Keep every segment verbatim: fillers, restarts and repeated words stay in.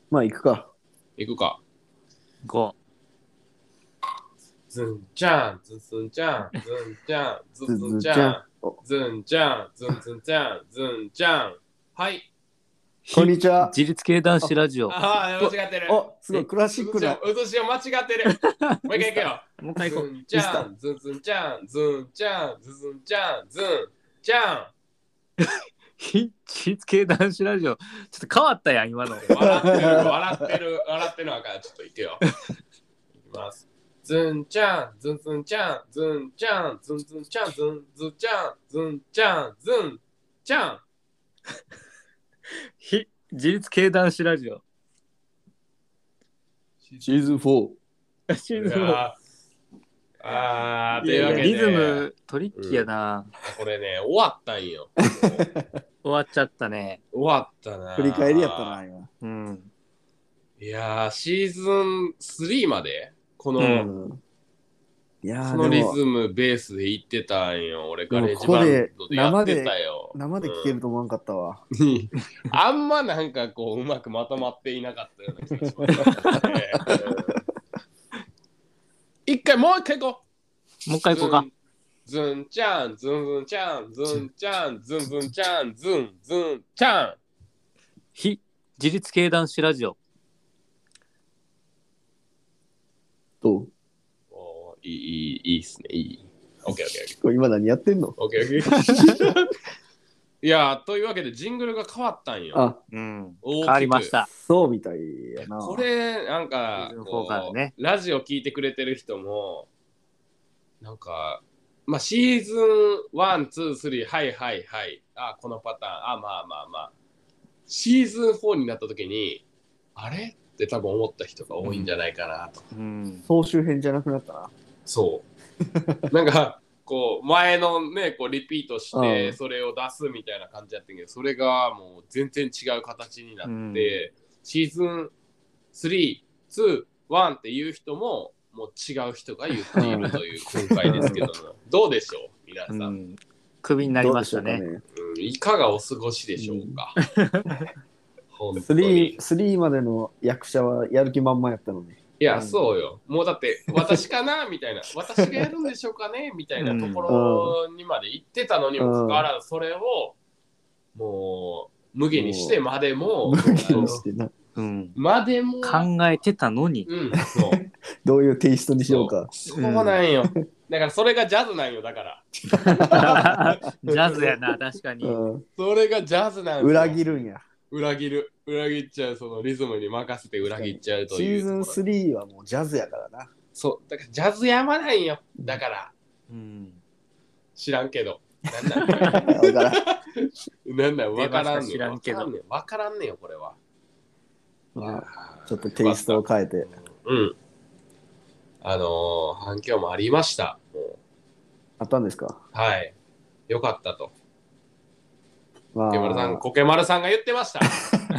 まあ行くか。 行くか。 ご。 ズンチャン、ズンズンチャン、ズンチャン、ズンずズンチずちゃんャン、。ズンチャン、ズンズンチャン、ズンチャン。はい。 こんにちは。 自立系男子ラジオ。もああ、間違ってる。 お、すごいクラシックな。 うとしを間違ってる。もう一回行くよ。 う一回行こズンチャン、ズンズンチャン、ズンチャン、ズンズンチャン、ズンチャン。 う。自立系男子ラジオ。ちょっと変わったやん、今の。 笑ってる、笑ってる、笑ってるのあからちょっと行くよ。いきます。ズンチャン、ズンズンチャン、ズンチャン、ズンズンチャン、ズンズンチャン、ズンチャン、ズンチャン。 ひ自立系男子ラジオ。 シーズンフォー。 シーズンいやーあー、というわけで、 リズムトリッキーやな。 これね、終わったんよ。 終わっちゃったね。 終わったな。 振り返りやったな、今。 うん。 いやー、シーズンスリーまでこの、 うん。いやこのーでもリズムベースで言ってたんよ。俺ガレージでもここでバンドでやってたよ。 生で聞けると思わんかったわ。 うんあんまなんかこううまくまとまっていなかったような気がします、ね。うん一回もう一回行こう。 もう一回行こうか。 ズンズンチャン、ズンズンチャン、ズンチャン、ズンズンチャン、ズンズンチャン。 非自立系男子ラジオ。 どうおーいい、いい、いいっすね。いい。オッケーオッケーオッケー。 これ今何やってんのオッケーオッケー。いやー、というわけでジングルが変わったんよ。 あ、 うん。 大きく変わりました。 そうみたいやな。 これ、なんかシーズンフォこーからねう、ラジオ聞いてくれてる人も、なんか、まあ、シーズンワン、ツー、スリー、はいはいはい、あ、このパターン、あ、まあまあまあ、シーズンフォーになった時に、あれって多分思った人が多いんじゃないかなと。 うん。 総集編じゃなくなったな。 そう。なんか、こう、前のね、こう、リピートしうて、 んそれを出すみたいな感じやったけど、それがもう全然違う形になって、シーズンスリー、ツー、ワンっていう人も、もう違う人が言っているという今回ですけども、どうでしょう皆さん、 ううんん。クビになりましたね。 どうでしょうかね。 いかがお過ごしでしょうか、本当スリにー、スリーまでの役者はやる気満々やったのに。 いや、そうよ。もうだって、私かなみたいな、私がやるんでしょうかねみたいなところにまで行ってたのにもかかわらず、それを、もう、無限にしてまでも、 無限にしてな。 うん。 までも、 考えてたのに。 うん、そう。 どういうテイストにしようか。 そうそうなんよ。だからそれがジャズなんよ、だから。 ジャズやな、確かに。 うん。 それがジャズなんよ。 裏切るんや。 裏切る。裏切っちゃう、そのリズムに任せて裏切っちゃうという。 シーズンスリーはもうジャズやからな。 そう、だからジャズ山なんよ。だから、 うん。 知らんけど。なんなんわからん。 なんなんわからんねん。 知らんけどわからんねんわからんねんよ、これは。 まあちょっとテイストを変えて。 うん。あのー、反響もありました。もうあったんですか。 はい。よかったと。 まコケマルさん、 あ、 コケマルさんが言ってました。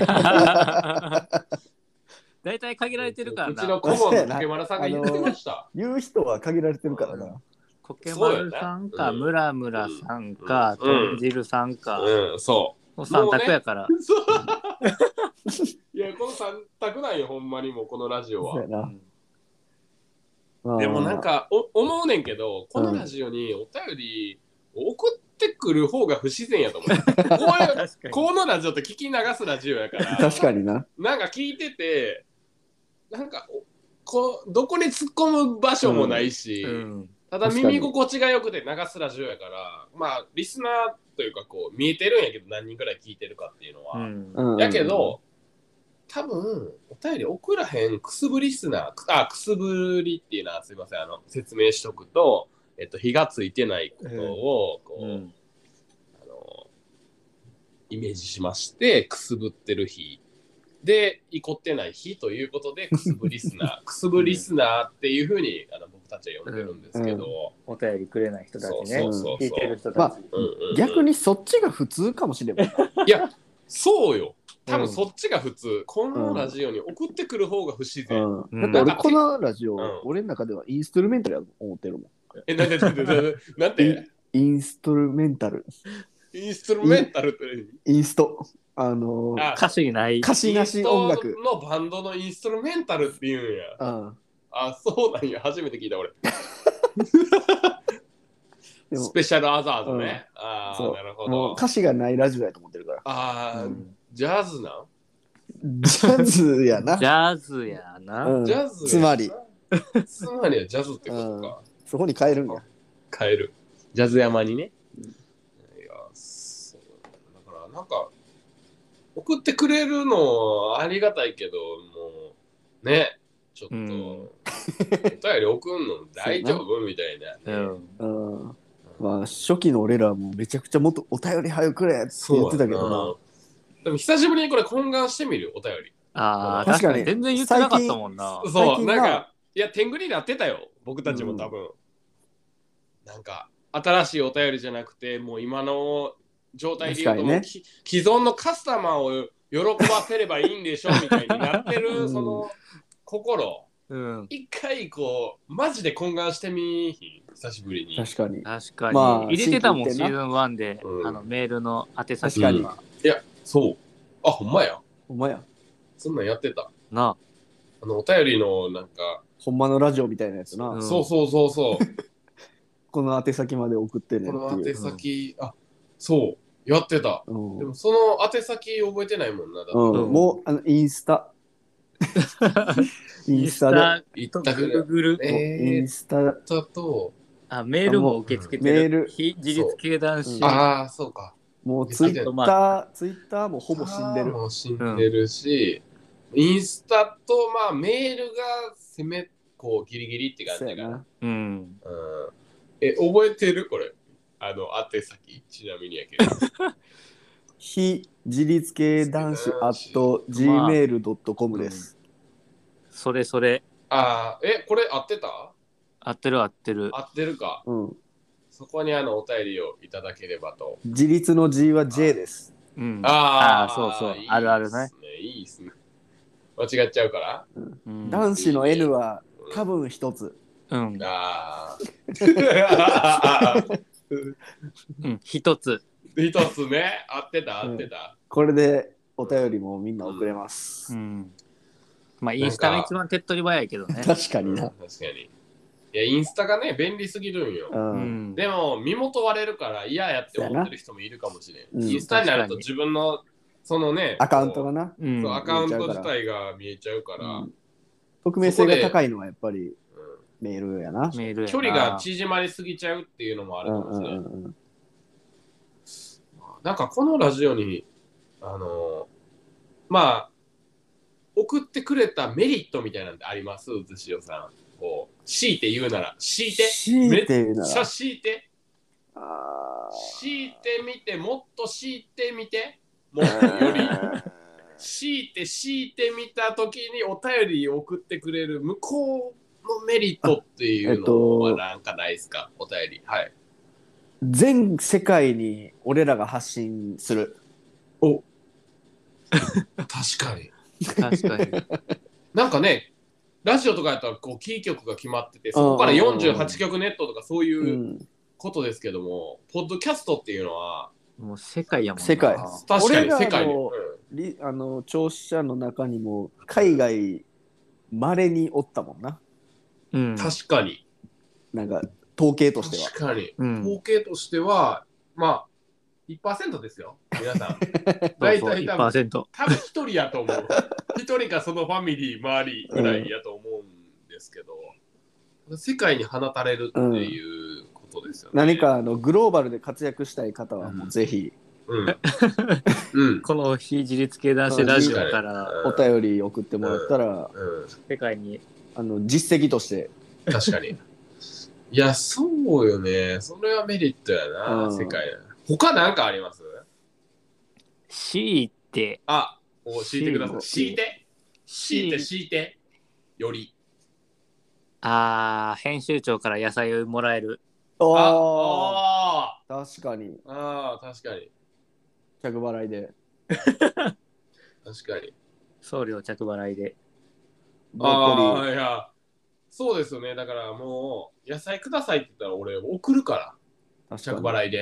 大体限られてるからうちのな。 顧問のコケマルさんが言ってました。 言う人は限られてるからな。 コケマルさんか、 そうよねムラムラさんか、 うんトンジルさんか、 うん、そう。 もう三択やから。 そういや、この三択なんよ、ほんまにもうこのラジオはそうや。な。 うんまあでもなん、かお思うねんけど、このラジオにお便り送ってくる方が不自然やと思う。こういう確かに。 このラジオって聞き流すラジオやから、 確かにな。 なんか聞いてて、なんかおこどこに突っ込む場所もないし、 うん。 ただ確かに耳心地が良くて流すラジオやから、まあリスナーというかこう見えてるんやけど何人くらい聞いてるかっていうのは。 うん。 うんやけど、多分お便り送らへんくすぶリスナー、あ、くすぶりっていうのはすいません、あの説明しとくと、えっと、火がついてないことをこう、 うん。 あのイメージしまして、くすぶってる日で、いこってない日ということで、くすぶリスナー、くすぶリスナーっていうふうにあの僕たちは呼んでるんですけど、 お便りくれない人たちね。 そうそうそう聞いてる人まあたち。 うんうんうん逆にそっちが普通かもしれん。 いや、そうよ。多うん分そっちが普通。このラジオに送ってくる方が不自然。 うん。 うんだって俺このラジオ、 うん俺の中ではインストゥルメンタルやと思ってるもん。 え、なんでなんでなんでなんでインストゥルメンタル。 インストゥルメンタルってインスト。あのー、 あ歌詞ない。 歌詞なし音楽インストのバンドのインストゥルメンタルって言うんや。 うんあ、そうなんや。初めて聞いた俺。 でもスペシャルアザーズね。 うんああ、 そうなるほど。 もう歌詞がないラジオやと思ってるから。 ああ、 うんジャズなんジャズやな。 ジャズやな。 うんジャズやつまり、 つまりはジャズってことか。 そこに変えるんや。 変える。ジャズ山にね。いや、そうだからなんか、送ってくれるのありがたいけど、もう、ね、ちょっと、 うんお便り送んの大丈夫みたいな、ね。 うん。 うん。まあ、初期の俺らはもうめちゃくちゃもっとお便り早くくれって言ってたけどな。 でも久しぶりにこれ懇願してみるお便り。 ああ、 確かに確かに全然言ってなかったもんな。 最そう、 近なんか、いや、天狗になってたよ。僕たちも多分。なんか、新しいお便りじゃなくて、もう今の状態で言うと、 確かにねもうき既存のカスタマーを喜ばせればいいんでしょみたいになってる、 うんその心。 うん。 一回こう、マジで懇願してみひん、久しぶりに。 確かに。 確かに。 まあ入れてたもん、 新規一点なシーズンワンで、 うんあのメールの宛先確が。 いや、そう。あ、ほんまや。 ほんまや。 そんなんやってた。 なあの、お便りのなんか、 ほんまのラジオみたいなやつな。 うんそうそうそうそう。 この宛先まで送ってねこのっていう。 宛先、あ、そう、やってた。 うんでもその宛先覚えてないもんな。だってうんうんもうあのインスタ。インスタで。 と一択 Google、 えインスタ。 ー、と、 あ、メールも受け付けてる。 メール非自立系男子。 ああ、そうか。 もうツイッター、ツイッターもほぼ死んでる。 もう死んでるし、インスタと、まあ、メールが攻め、こう、ギリギリって感じかな。 そうやな。 うん。 うん。え、覚えてるこれ。あの、宛先、ちなみにやけど。 非自立系男子 at ジーメールドットコム です。 それそれ。 ああ、え、これ合ってた合ってる合ってる。 合ってるか。 うん。 そこにあの、お便りをいただければと。 自立の G は J です。 うん。 ああーそうそういいっすあるあるね。 いいっすね。間違っちゃうから。 うん。 男子の N は多分一つ。 うん。 ああ。 うん。一つ。 一つね。合ってた、合ってた。 これでお便りもみんな送れます。 うん。まあ、インスタが一番手っ取り早いけどね。 確かにな。 確かに。いや、インスタがね、便利すぎるんよ。 う。 うんん。 でも、身元割れるから嫌やって思ってる人もいるかもしれん。 うんインスタになると自分の、そのね、 アカウントがな。 うんそうアカウント自体が見えちゃうから、 うん匿名性が高いのはやっぱりうメールやな。 メールやなん距離が縮まりすぎちゃうっていうのもあるうんうかもしれん。 んうんうん。 なんかこのラジオに、あのーまあ、送ってくれたメリットみたいなんてありますうずしおさん。こう、強いて言うなら、強いて、 強いて言うならめっちゃ強いて、 あ強いてみて、もっと強いてみて、もっとより、強いて強いてみたときにお便り送ってくれる向こうのメリットっていうのはなんかないですか、お便り。はい。 全世界に俺らが発信する。 お確かに。 確かに。 なんかね、ラジオとかやったらこうキー曲が決まってて、そこからよんじゅうはちきょくネットとかそうう。 いうんことですけども、ポッドキャストっていうのは、 もう世界やもんな。 世界確か俺らのに世界に。うんリあの聴取者の中にも海外まれにおったもんな。 うん。 確かに。 なんか統計としては。 確かに。 うん。 統計としては、まあ、いちパーセントですよ、皆さん。 そうそう大体多分、 いちパーセント。 多分一人やと思う。一人かそのファミリー周りぐらいやと思うんですけど、世界に放たれるっていうことですよね。 何かあのグローバルで活躍したい方はもうぜひうん。うん。 この非自立系男子ラジオからお便り送ってもらったら、 うん。 世界に。 あの実績として確かに。いや、そうよね。それはメリットやな、 うん世界や。他なんかあります C って、 あ、お敷いてください。敷いて。敷いて、 C 敷いて。より。 あー、編集長から野菜をもらえる。 あああ確かにあ、ああ、確かに。 着払いで確かに。 送料着払いで。 ブロッコリあーあ、いや、そうですよね。だからもう、野菜くださいって言ったら俺送るから、着確かに払いで。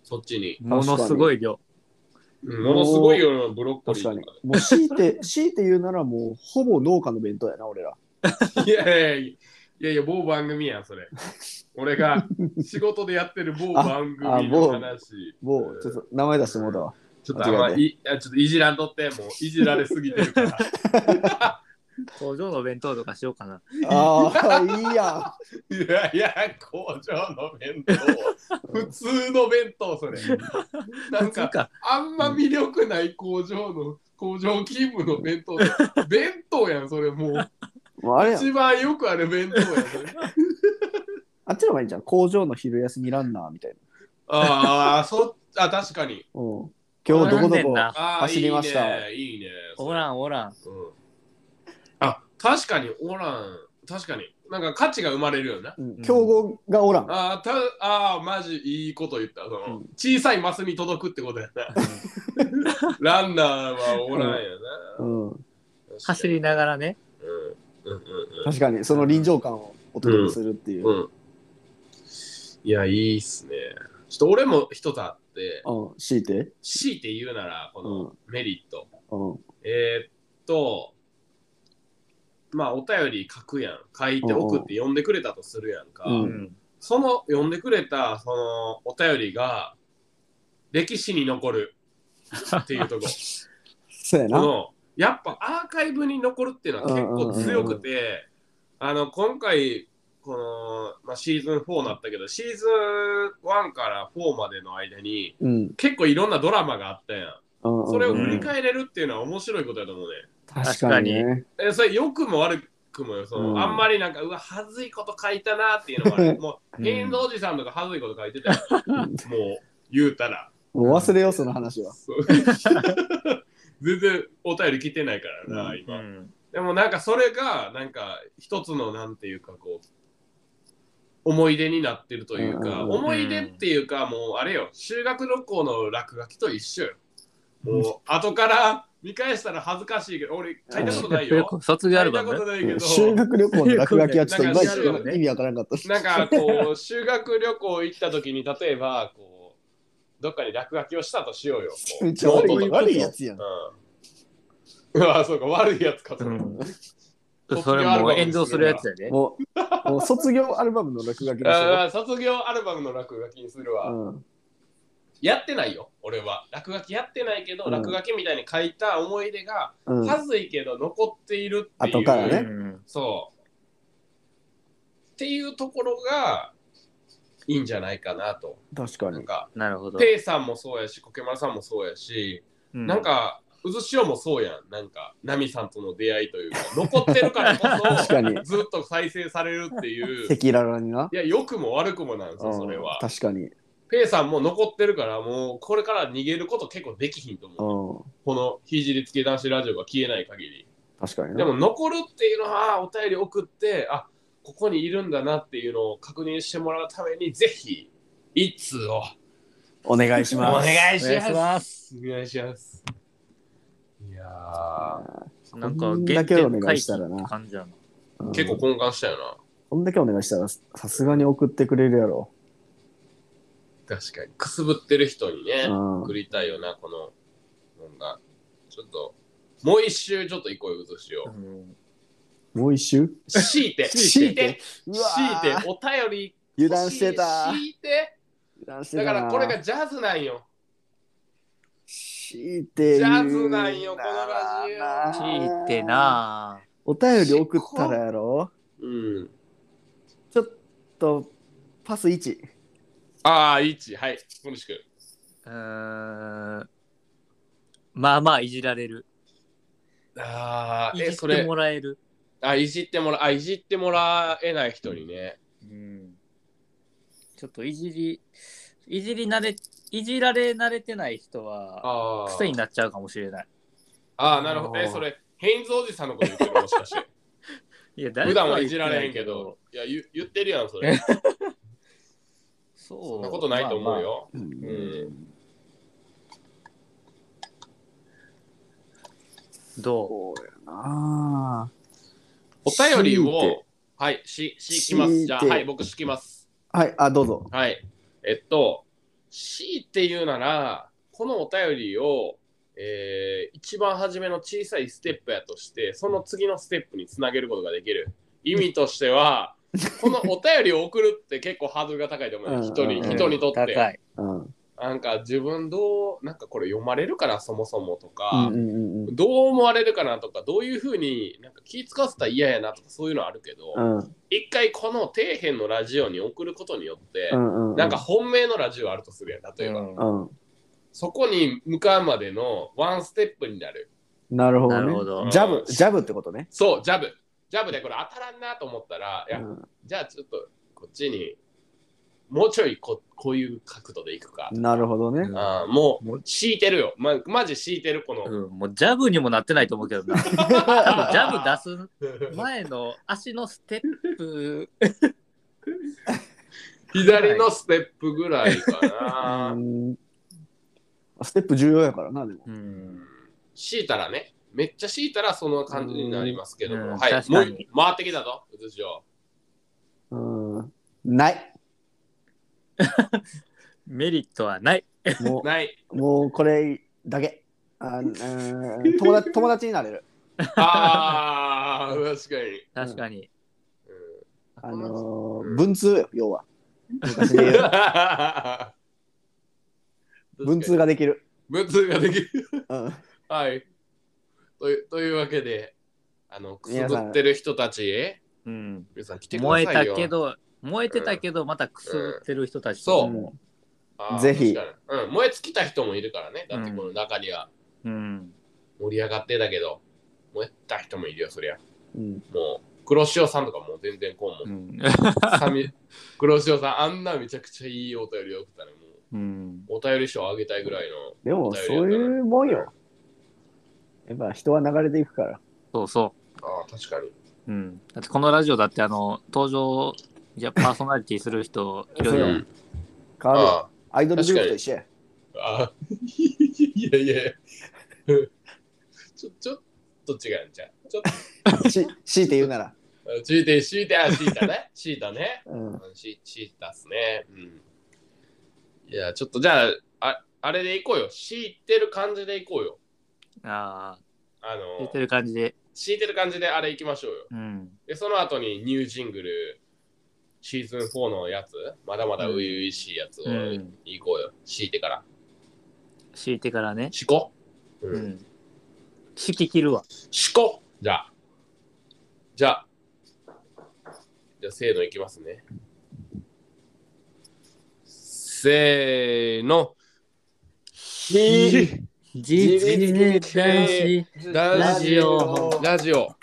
そっちに。 ものすごい量。 うんものすごいよな、ブロッコリ確かーとか。 にもう強いて強いて言うならもうほぼ農家の弁当やな俺ら。 いやいやいや、いやいや、某番組やん、それ。俺が仕事でやってる某番組のああ某話。 もうちょっと名前出してもうたわ。 ちょっとあんま間違えていあちょっといじらんとって、もういじられすぎてるから。 工場の弁当とかしようかな。 ああいいやいやいや、工場の弁当。普通の弁当、それ。なんか、 普通か。 あんま魅力ない工場の、工場勤務の弁当。弁当やん、それもう。 ん。もうあれやん一番よくある弁当やん、それ。 あっちの方がいいんじゃん。工場の昼休みランナーみたいああ、そあ、確かに。 な。うん。今日どこどこおらんねんなあー走りました。 いいね、いいね。 おらんおらん。 うん。あ、確かにおらん。確かに。なんか価値が生まれるよな。 うん競合がおらん。 あーたあー、マジいいこと言った。そのうん小さいマスに届くってことやな。ランナーはおらんやな。 うん。 走りながらね。 うんうんうん確かにその臨場感をお届けするっていう。 うん。うん。いや、いいっすね。ちょっと俺も一つあって、 うん。強いて。 強いて言うなら、このメリット。 うん。 えーっと、まあ、お便り書くやん。書いて送って読んでくれたとするやんか。 うんうん。 その読んでくれたそのお便りが歴史に残るっていうとこそうやな。 このやっぱアーカイブに残るっていうのは結構強くて、あの今回この、まあ、シーズンフォーになったけどシーズンワンからフォーまでの間にうん。 結構いろんなドラマがあったやん。 うん。 それをうん振り返れるっていうのは面白いことだと思うね。 確かにね。 えそれ良くも悪くもよその、 うんあんまりなんかうわはずいこと書いたなっていうのもあるもううん変動おじさんとかはずいこと書いてたよ、もう言うたらもう忘れようその話は。 そう全然お便り来てないからな、 うん今、 うん。 でもなんかそれがなんか一つのなんていうかこう思い出になってるというか、 うん思い出っていうかもうあれよ修学旅行の落書きと一緒よもう後から見返したら恥ずかしいけど俺書いたことないよ卒業アルバ書いたことム。 ないけど修学旅行の落書きはちょっといまいちなんか意味わからなかった。 なんかこう修学旅行行った時に例えばこうどっかに落書きをしたとしようよ。こうめっちゃ悪いノートとか悪いやつやん。 うん。ああそうか悪いやつかそれ。 うん。それもう炎上するやつやで。 もう、もう卒業アルバムの落書きでしああ卒業アルバムの落書きにするわ。 ょ。うん。 やってないよ俺は落書きやってないけど、 うん落書きみたいに書いた思い出が、 うん。 はずいけど残っているっていう。 後からねうんそう。っていうところがいいんじゃないかなと。 確かに。 なんかなるほど。 ペイさんもそうやし、コケマルさんもそうやし、 うんなんか、うずしおもそうやん。なんか、ナミさんとの出会いというか、残ってるからこ確かにそ、ずっと再生されるっていう。 赤裸々にな。 いや、良くも悪くもなんですよ、 うんそれは。 確かに。 ペイさんも残ってるから、もう、これから逃げること結構できひんとう思う。 ん。 この、ひじりつけ男子ラジオが消えない限り。 確かにな。 でも、残るっていうのは、お便り送って、あ、ここにいるんだなっていうのを確認してもらうために、ぜひ、一通を。 お願いしおます。 願いしお願いしま。 ますす。 お願いします。いやなんかこんだけお願いしたらな原点回帰って感じやな。 うんー、結構根幹したよな。 こんだけお願いしたらさすがに送ってくれるやろ。 確かに。くすぶってる人にね、 うん送りたいよな、この本が。ちょっと、もう一周ちょっと行こうよ、うずしようんもう一周う。強いて、 強いて強いて、 うわ強いてー、 お便り。 油断してた強いて。 油断してだたなからこれがジャズなんよ。 強いてジ言うャズなんよこのラジオ聞いてなぁ。 お便り送ったらやろうん。 ちょっとパスいち。 ああ、いち。はい。小西君。 うーん。まあまあいじられる。 ああ、え、 いじってそれ、 もらえる。 あ、いじってもら、あ、いじってもらえない人にね。 うん。ちょっといじり、いじり慣れ、いじられ慣れてない人はああ。 癖になっちゃうかもしれない。 ああ、なるほど。え、 あーそれ、ヘインズおじさんのこと言ってるもしかして。 いや、 普段はいじられへんけど。いや、言言ってるやん、それ。 そう。 そんなことないと思うよ。 うんうん。 どそうやなお便り強いてを、はい、し、しきます。じゃあ、 強いてはい、僕しきます。 はい、あ、どうぞ。 はい。えっと、 強いて言うなら、このお便りを、えー、一番初めの小さいステップやとして、その次のステップにつなげることができる。意味としては、このお便りを送るって結構ハードルが高いと思うね。人に、人にとって。 高い。 うんなんか自分どう、なんかこれ読まれるかな、そもそもとか、 うんうんうんどう思われるかなとか、どういうふうになんか気使わせたら嫌やなとか、そういうのあるけど、 うん一回この底辺のラジオに送ることによって、 うんうんなんか本命のラジオあるとするやん、例えば。 うんうんそこに向かうまでのワンステップになる。 なるほどなるほどねジャブジャブってことねそう、ジャブ。ジャブでこれ当たらんなと思ったら、いや、 うんじゃあちょっとこっちにもうちょいここういう角度でいくか。 なるほどねあーもう敷いてるよ。ま、マジ敷いてる、この。 うん、もうジャブにもなってないと思うけどな。多分ジャブ出す前の足のステップ。 左のステップぐらいかうな。 んステップ重要やからなでもうん、 敷いたらね、めっちゃ敷いたらその感じになりますけども。 うんはい、 確かにもう回ってきたぞ、うつしょうんないメリットはない。 もない。 うもうこれだけあうん友達友達になれるあー、確かに。 確かに。 あのうんー文通よ要は昔で言う文通ができる文通ができる。 うんはい。というというわけで、あの、くすぶ皆さんってる人たちへ、 うん、 皆さん来てください燃えよ。 たけど、燃えてたけど、またくすぶってる人たちそうも。 あーぜひ確かにうん、燃え尽きた人もいるからね。だってこの中にはうん。 盛り上がってたけど、燃えた人もいるよ、そりゃ。 うんもう、黒潮さんとかもう全然こうも。 うん。 さみ黒潮さん、あんなめちゃくちゃいいお便りを送ったら、もう、 うん。 お便り賞あげたいぐらいの。 でもそういうもんよやっぱ人は流れていくからそうそああ、確かに。 う。うん。だってこのラジオだって、あの、登場、いや、パーソナリティする人、いろいろ。 うん変わるよあアイドルグループと一緒やあ、あいやいやちょ、ちょっと違うんじゃん。ちょっし強いて言うならと、敷いて、敷いて、あ、敷いたね。敷いたね。 うんうんし敷いたっすね。うん。いや、ちょっとじゃあ、ああれでいこうよ。敷いてる感じでいこうよ。 あああ、言っての、 る感じで。 敷いてる感じであれいきましょうよ。 うん。 で、その後にニュージングル、シーズンフォーのやつ、まだまだ初々しいやつをうんいこうよ。敷いてから。 敷いてからね。 敷こう。 う。ん。敷き切るわ。 敷こうじゃあ。じゃあ。じゃあ、せーのいきますね。せーの。ひ実技男子ラジオ。 ラジオ。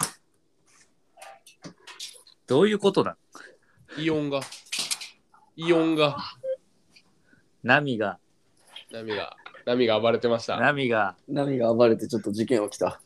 どういうことだ？ イオンが。イオンが。 波が、 波が。波が暴れてました。 波が。 波が暴れてちょっと事件起きた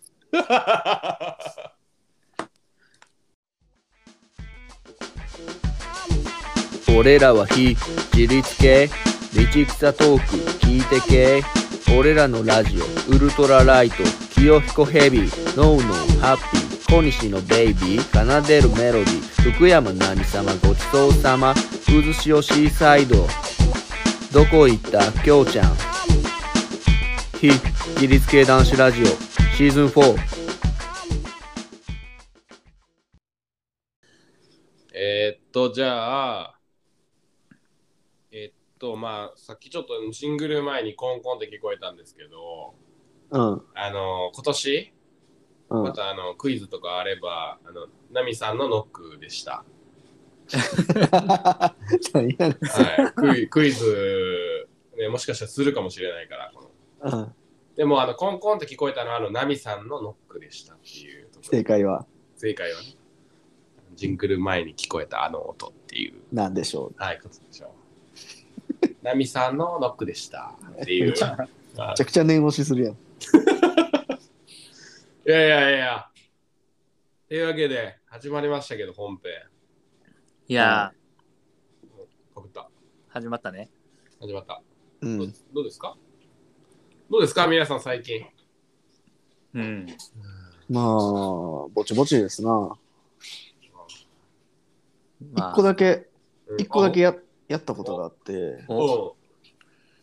俺らは非自立系リチクサトーク聞いてけ俺らのラジオウルトラライト清彦ヘビーノーノーハッピー小西のベイビー奏でるメロディー福山何様ごちそうさま渦潮シーサイドどこ行ったきょうちゃん非自立系男子ラジオシーズンフォーえーっと、じゃあ、えっと、まあ、さっきちょっとシングル前にコンコンって聞こえたんですけど、 うんあの、今年、 うんまたあのクイズとかあれば、あの、ナミさんのノックでした。 何やねんはい、クイクイズ、ね、もしかしたらするかもしれないから。このうんでも、あの、コンコンって聞こえたのは、あの、ナミさんのノックでしたっていうところ。 正解は正解はね、ジングル前に聞こえたあの音っていう、 何でしょはい、ことでしょう。ナミさんのノックでしたっていう。 めちゃはいめちゃくちゃ念押しするやんいやいやいや。というわけで、始まりましたけど、本編。 いやかぶった。 ー、始まったね。 始まった。どううんどうですかどうですか皆さん最近。 うん。 まあぼちぼちですなまあ一個だけうん一個だけややったことがあっておお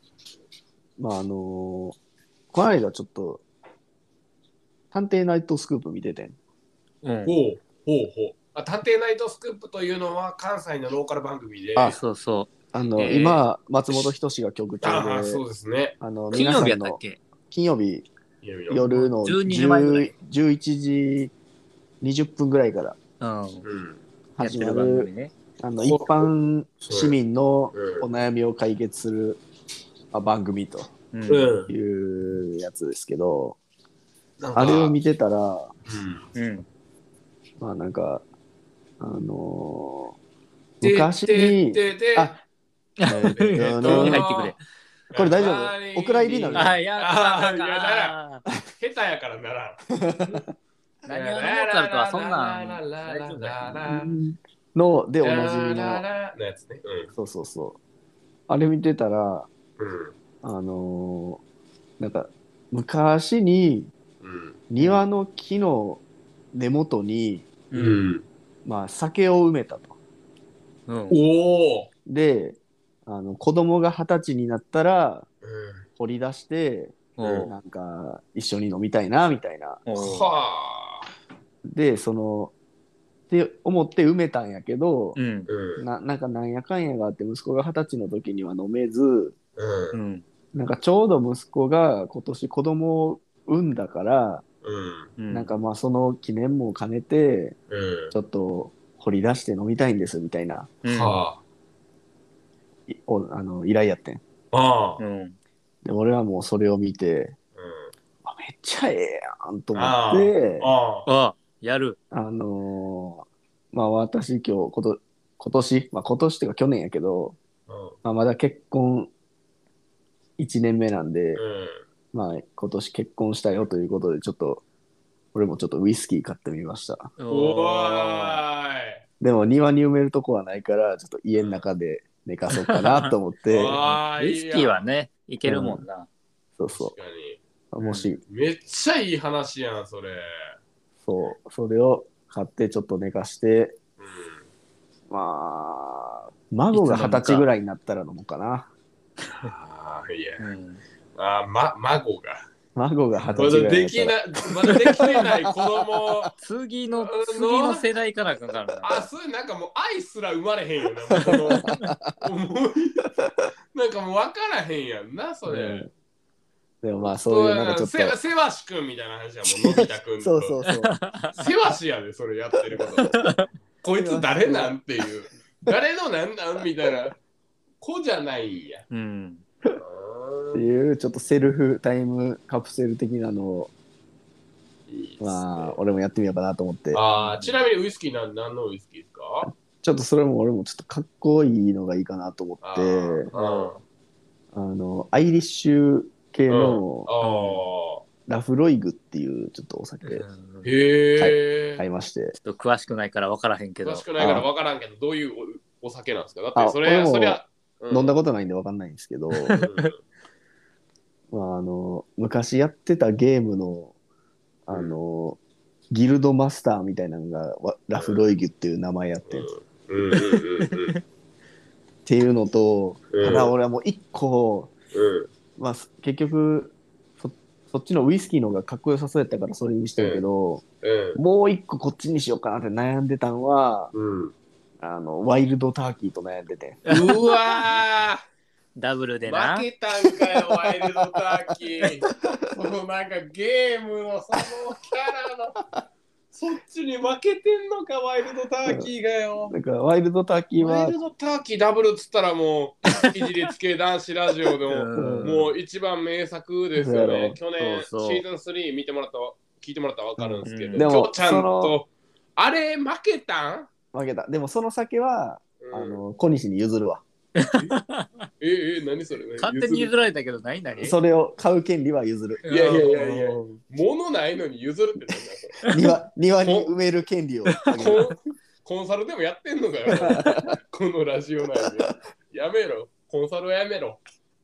まああのーこの間ちょっと探偵ナイトスクープ見ててん。 うん。 ほうほうほう。あ、探偵ナイトスクープというのは関西のローカル番組で。 あそうそあの、 えー今松本人志が局長ああ、 で、 そうですね。 あのう。金曜日やったっ皆さんのけ？ 金曜日いやいや夜のじゅうにじまえぐらいじゅういちじにじゅっぷんぐらいからうん。 うん。 始まやってる番組るね。 あの一般市民のうんお悩みを解決するあ番組とうん。 うん。 いうやつですけど、 なんかあれを見てたら、 うん。 うん。 まあなんか、あのーで昔でに、 でであ、えーっと急に入ってくれ。 これ大丈夫お蔵入りになるあ、いや、 あーあかんあかんいやだらあ下手やからならん。 ー何話のモーツァルトはそんなん大丈夫や。 のでおなじみの、 ラララのやつね。 そうそうそう。あれ見てたら、 うん。 あのーなんか、昔にうん。 庭の木の根元に、 ううん。 ん。 まあ、酒を埋めたと。 うん。 おお。 で、あの子供が二十歳になったらうん。 掘り出して、 おうなんか一緒に飲みたいなみたいな。 おうはあ。 で、その、って思って埋めたんやけど、 うん。 うん。 ななんかなんやかんやがあって息子が二十歳の時には飲めず、 う。 うんん。 なんかちょうど息子が今年子供を産んだから、 うん。 うん。 なんかまあその記念も兼ねて、 うんちょっと掘り出して飲みたいんですみたいな、 うん。 はいおあの依頼やってん。 あ。ああ。 ううん。 ん。 で、俺はもうそれを見て、あめっちゃええやんと思あって、 あ。ああ、やる。 あのーまあ私今日こと今年、まあ今年っていうか去年やけど、 あ。うん。 まあ、まだ結婚いちねんめなんで、 うん。 まあ今年結婚したよということでちょっと俺もちょっとウイスキー買ってみました。 おおーい。 でも庭に埋めるとこはないからちょっと家の中で寝かそうかなと思って、 ああ、 ウイスキーはね、いけるもんな。 そうそ確かに。 うもし、 めっちゃいい話やん、それ。 そうそれを買ってちょっと寝かしてうん。 まあ孫が二十歳ぐらいになったら飲もうかな。 ああ、いや。 うん。 ああ、ま、孫が。 孫が二まだ十歳ぐらいでになったらきな、まだできてない子供。 次の、次の世代からかかるな。 あ、そういうなんかもう愛すら生まれへんよな。もうこの思いなんかもう分からへんやんな、それ。 うんでもまあそういうなんかちょっとせせわしくんみたいな話やもん、のび太くんと。 そうそうそうせわしやで、それやってること。こいつ誰なんっていう。誰のなんなんみたいな子じゃないんや。 うん。 っていうちょっとセルフタイムカプセル的なのをいいっすねまあ俺もやってみようかなと思ってあーちなみにウイスキーなん何のウイスキーですか？ ちょっとそれも俺もちょっとかっこいいのがいいかなと思あってーあのアイリッシュ系のあラフロイグっていうちょっとお酒ちょーへえ、 買いまして、 っと詳しくないから分からへんけど詳し。くないから分からんけど、どういうおお酒なんですか？だってあそれ、 俺もそりゃ、 飲んだことないんでわかんないんですけど、 うんまあ、あの昔やってたゲームのあの、ギルドマスターみたいなのがわラフロイグっていう名前やってん、っうんうんうんうんていうのと、 うんただ俺はもう一個、 うんまあ、す結局そそっちのウイスキーの方がかっこよさそうやったからそれにしてるけど、 うんもう一個こっちにしようかなって悩んでたんはうんあのワイルドターキーと悩んでてうわダブルでーな。 負けたんかよ、ワイルドターキー。そのなんかゲームのそのキャラのそっちに負けてんのか、ワイルドターキーがよ。 だからワイルドターキーはワイルドターキーダブルっつったらもう、いじりつけ男子ラジオでも、 うんもう一番名作ですよね。去年そうそうシーズンスリー見てもらった、聞いてもらったら分かるんですけど、 うんでも今日ちゃんそと、あれ負けたん？ 負けたでもその酒は、 うんあの小西に譲るわええ、何それ？ 勝手に譲られたけど何何それを買う権利は譲るいやいやいやいや、物ないのに譲るって何だ庭庭に埋める権利をあげるコンコンサルでもやってんのかよ、このラジオ内で。やめろ、コンサルはやめろ。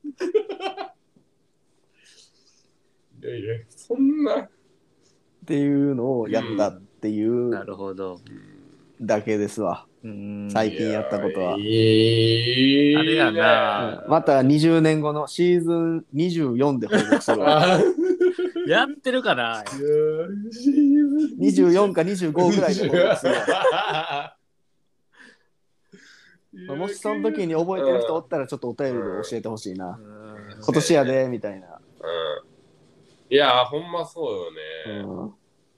いやいや、そんな。 っていうのをやったっていう、 なるほど。 だけですわ。 うん最近やったことは。 いやあれやなうんまたにじゅうねんごのシーズンにじゅうよんで報告するわ。 あやってるかなにじゅうよんかにじゅうごぐらいで報告するわ。もしその時に覚えてる人おったらちょっとお便りで教えてほしいな。 うん今年やでみたいな。 うんいやー、ほんまそうよね。 うん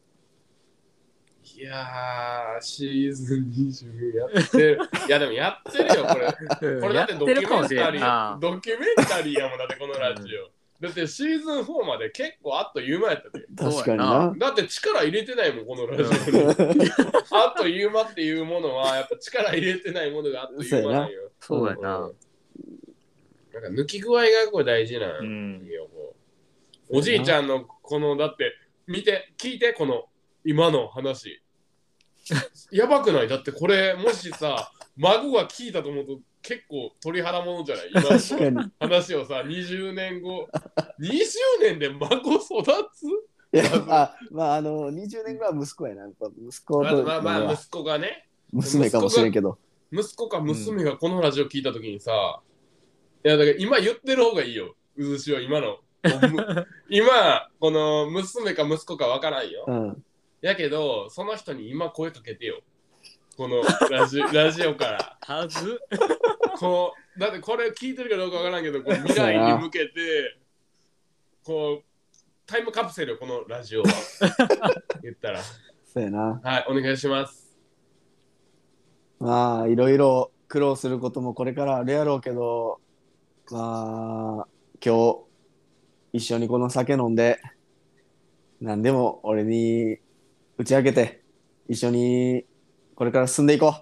いやー、シーズンにじゅうやってる。いや、でもやってるよ、これ。これだってドキュメンタリー、ドキュメンタリーやもんだって、このラジオ。だってシーズンフォーまで結構あっという間やったで。 確かにな。 だって力入れてないもん、このラジオに。あっという間っていうものは、やっぱ力入れてないものがあっという間なんよ。 そうやな。 うんなんか抜き具合がこれ大事なんうんよ。おじいちゃんのこの、だって、見て、聞いて、この今の話。やばくない？だってこれ、もしさ、孫が聞いたと思うと結構鳥肌ものじゃない今の確かに。 話をさ、にじゅうねんご、にじゅうねんで孫育ついや、あ、まあ、あの、にじゅうねんごは息子やな。やっぱ息子まあと、 まあまあ、息子がね、 娘かもしれんけど。 息子か娘がこのラジオ聞いたときにさ、いやだから今言ってる方がいいよ、うずしは今の。今、この娘か息子かわからんよ。 うん。 やけど、その人に今声かけてよ。このラジラジオから。 はずこうだってこれ聞いてるかどうかわからんけど、こう未来に向けて、こう、タイムカプセル、このラジオは。言ったら。 そうやな。 はい、お願いします。 まあ、いろいろ苦労することもこれからあるやろうけど、まあ、今日、一緒にこの酒飲んで、何でも俺に打ち明けて、一緒にこれから進んでいこ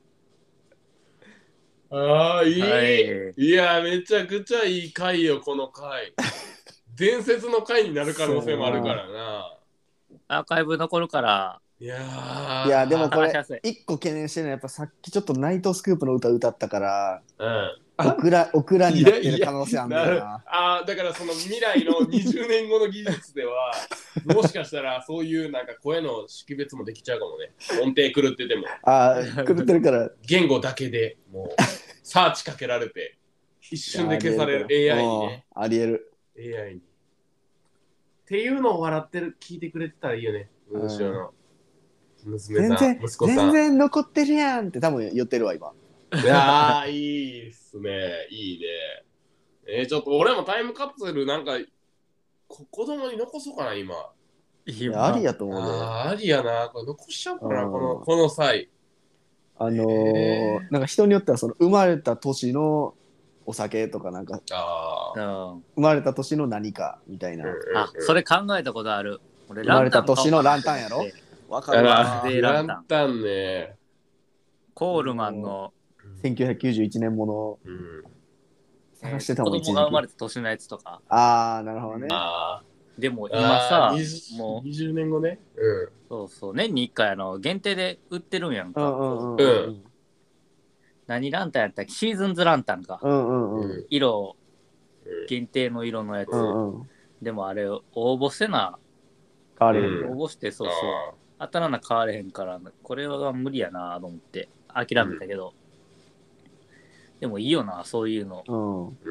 ああ、いい、 はいいや、めちゃくちゃいい回よ、この回。伝説の回になる可能性もあるからな。 アーカイブ残るから。 いやう。 ーいや、でもこれ話しやすい、 一個懸念してるのは、やっぱさっきちょっとナイトスクープの歌歌ったから、 うん。 オクラ、オクラになってる可能性あるんだよなるな。 ああ、だからその未来のにじゅうねんごの技術では、もしかしたらそういうなんか声の識別もできちゃうかもね。音程狂ってても、 ああ、狂ってるから。 言語だけでもう、サーチかけられて、一瞬で消される エーアイにね。 ありえる。 エーアイに。っていうのを笑ってる、聞いてくれてたらいいよね。 うん後ろの娘さん、 全然、 息子さん。 全然残ってるやんって多分言ってるわ、今。 いやー、いいっすね。いいね。えー、ちょっと俺もタイムカプセルなんか、こ子供に残そうかな、今。 いやありやと思うね。 あー、ありやな。これ残しちゃおうかな、 うんこの、この際。 あのーへーなんか人によってはその生まれた年のお酒とかなんかあー。 うん生まれた年の何かみたいな。 あ、それ考えたことある。俺生まれた年のランタンやろわかるわ。 あでランタンね。 コールマンのせんきゅうひゃくきゅうじゅういちねんものうん。 探してた子もん一時期。 供が生まれた年のやつとか。 ああ、なるほどね。 あでもー今さあー、にじゅうもうにじゅうねんごね。うん。 そうそう年にいっかいあの限定で売ってるんやんうか。 んうんうんううんん。 何ランタンやったっけ？シーズンズランタンか。 うんうんうん。 うん色限定の色のやつ。 うんうん。 でもあれ応募せな、 変われへんうん応募してそうそう。 あ当たらな買われへんから、これは無理やなと思って諦めたけど、でもいいよな、そういうの。 うん。 ーうん。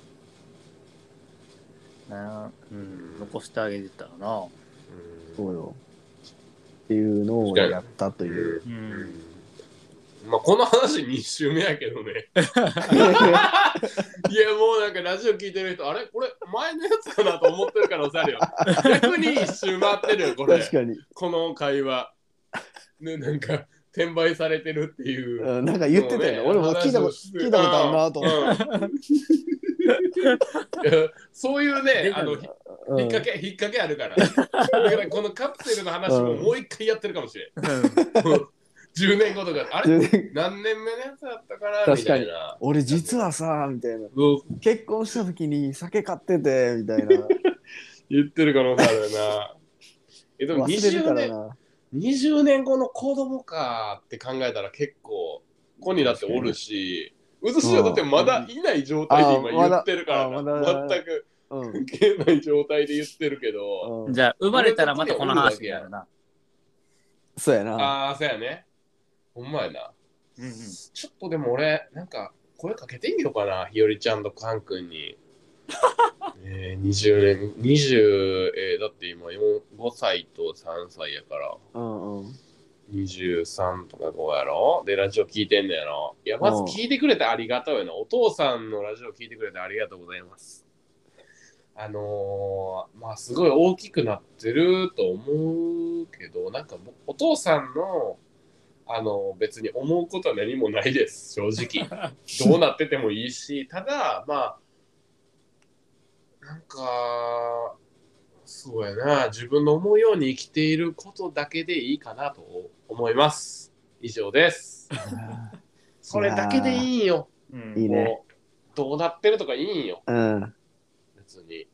なうん、残してあげてたらな。 そうよ。っていうのをやったという。 う。 うんんまあこの話に周目やけどね。いやもうなんかラジオ聞いてる人、あれこれ前のやつかなと思ってる可能性あるよ。逆に一周回ってるよ、これ。 確かに。 この会話。ね、なんか転売されてるっていう。 うんなんか言ってたよね。俺も聞いたこと聞いたことあるなと思って。 うんうんいやそういうね、あの、 うん引っ掛け、引っ掛けあるから。だからこのカプセルの話ももう一回やってるかもしれん。じゅうねんごとか、あれ何年目のやつだったかなみ確かにたいな。 俺実はさ、みたいな。 そう結婚した時に酒買ってて、みたいな。 言ってる可能性あるよな。え、でも忘れる 20年、 からな。 にじゅうねんごの子供かって考えたら結構、子にだっておるし、うずしはだってまだいない状態で今言ってるからあまだあまだな。全くうん。 関係ない状態で言ってるけど。 うんじゃあ、生まれたらまたこの話になるな。 そうやな。 ああ、そうやね。 ほんまやな。 うんうん。 ちょっとでも俺、なんか声かけてみようかな、ひよりちゃんとカン君に。えー、にじゅうねん、にじゅう、えー、だって今よんごさいとさんさいやから、 うんうん。 にじゅうさんとかごやろで、ラジオ聞いてんのやろ。いや、まず聞いてくれてありがとうよな。お父さんのラジオ聞いてくれてありがとうございます。あのー、まあすごい大きくなってると思うけど、なんかお父さんの、あのー、別に思うことは何もないです、正直。どうなっててもいいし、ただ、まあ、なんか、そうやな、自分の思うように生きていることだけでいいかなと思います。以上です。それだけでいいんよ。 うん、 いいね。 もうどうなってるとかいいんよ。 うん。 別に。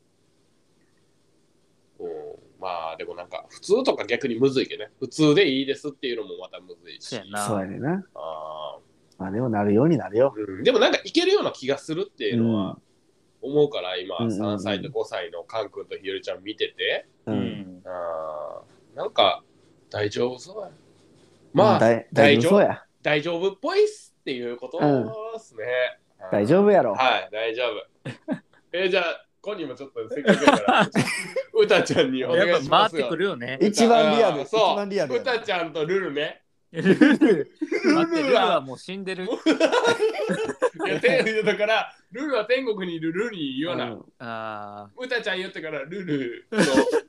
うん、まあでもなんか普通とか逆にむずいけどね。普通でいいですっていうのもまたむずいし。 そうやな。 そうやねんな。 あまあでもなるようになるよ。 うん、でもなんかいけるような気がするっていうのは思うから今、 うんうんうんうんさんさいとごさいのカン君とひよりちゃん見てて、 う。 うんん。 あーなんか大丈夫そうや。まあ、 だい大丈夫そうや。 大丈夫っぽいっすっていうことですね。 うん、大丈夫やろ。 はい、大丈夫。えー、じゃあ、コニーもちょっとせっかくやから、うたちゃんにお願いしますよ。 やっぱ回ってくるよね。 一番リアル。 そう、 一番リアル。 うたちゃんとルルね。 ルル待って、ルルはもう死んでる。 いや、天だから、ルルは天国にいるルルに言わな。 うん、 あうたちゃん言ってからルルの。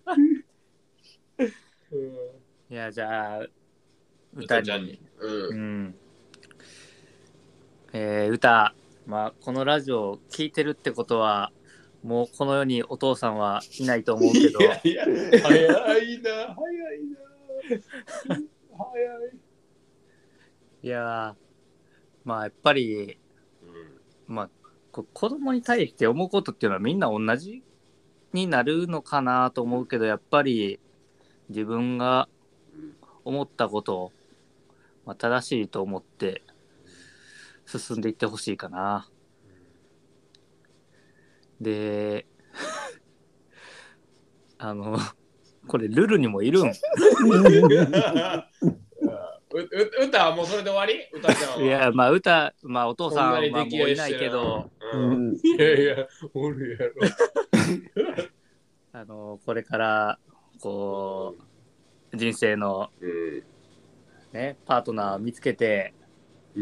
うん、 いや、じゃあ、 歌に。 歌に。 うん。 うん。えー、歌、まあ、このラジオを聴いてるってことは、もうこの世にお父さんはいないと思うけど。 いやいや、早いな、早いな。早い。 いや、まあ、やっぱり、うん、まあ、こ子供に対して思うことっていうのはみんな同じになるのかなと思うけど、やっぱり自分が思ったことを、まあ、正しいと思って進んでいってほしいかな。で、あの、これルルにもいるん。 うう歌はもうそれで終わり？歌ちゃんは。 いや、まあ歌、まあお父さんはもういないけど、 うん、いやいや、おるやろ。 あの、これからこう人生の、 うんね、パートナーを見つけて、 うん、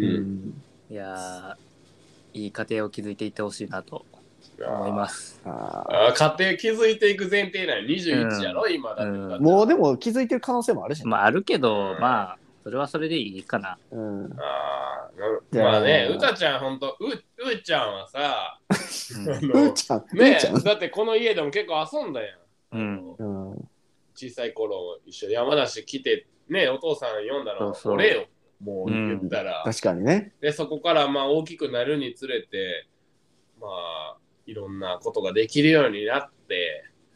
いやいい家庭を築いていってほしいなと思います。 ああ、家庭築いていく前提なのにじゅういちやろ、うん、今だって、 うん、もうでも気づいてる可能性もあるし、ね、 まああるけど、うん、まあそれはそれでいいかな。 うん、 あまあね、うたちゃんほんと、う、うちゃんはさ、 うちゃん、 ね、だってこの家でも結構遊んだやん。 うん、 小さい頃一緒に山梨来て、ね、お父さん呼んだの俺よ、もう言ったら、 うん。確かにね。 で、そこからまあ大きくなるにつれて、まあ、いろんなことができるようになって、 うん、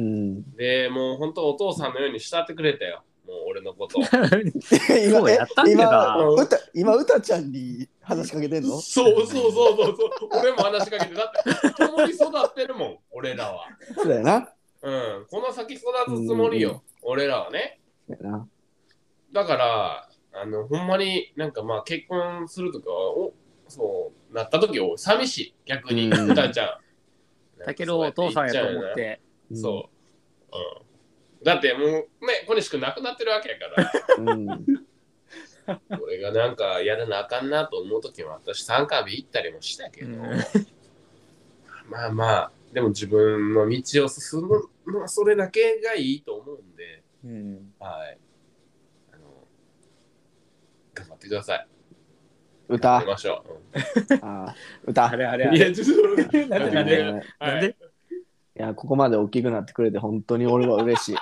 で、もう本当お父さんのように慕ってくれたよ。もう俺のこと。 今やったんけな。 今、うた、今、うたちゃんに話しかけてんの？ そうそうそうそうそう。俺も話しかけて、だって共に育ってるもん、俺らは。 そうだよな。 うん、この先育つつもりよ、うん、俺らはね。 そうやな。 だから、あの、ほんまになんかまあ結婚するとか、おそうなった時を寂しい、逆に、うたちゃん。 だけどお父さんやと思って。 そう。うんだってもうね、小西君亡くなってるわけやから。うん、俺がなんかやらなあかんなと思うときは私参加日行ったりもしたけど、うん、まあまあ、でも自分の道を進むのはそれだけがいいと思うんで、うん、はい。あの、頑張ってください。 歌。 頑張りましょう。うん、 あ歌。 あれあれあれ。 いや、ちょっと、 なんでなんでなんでいや、ここまで大きくなってくれて本当に俺は嬉しい。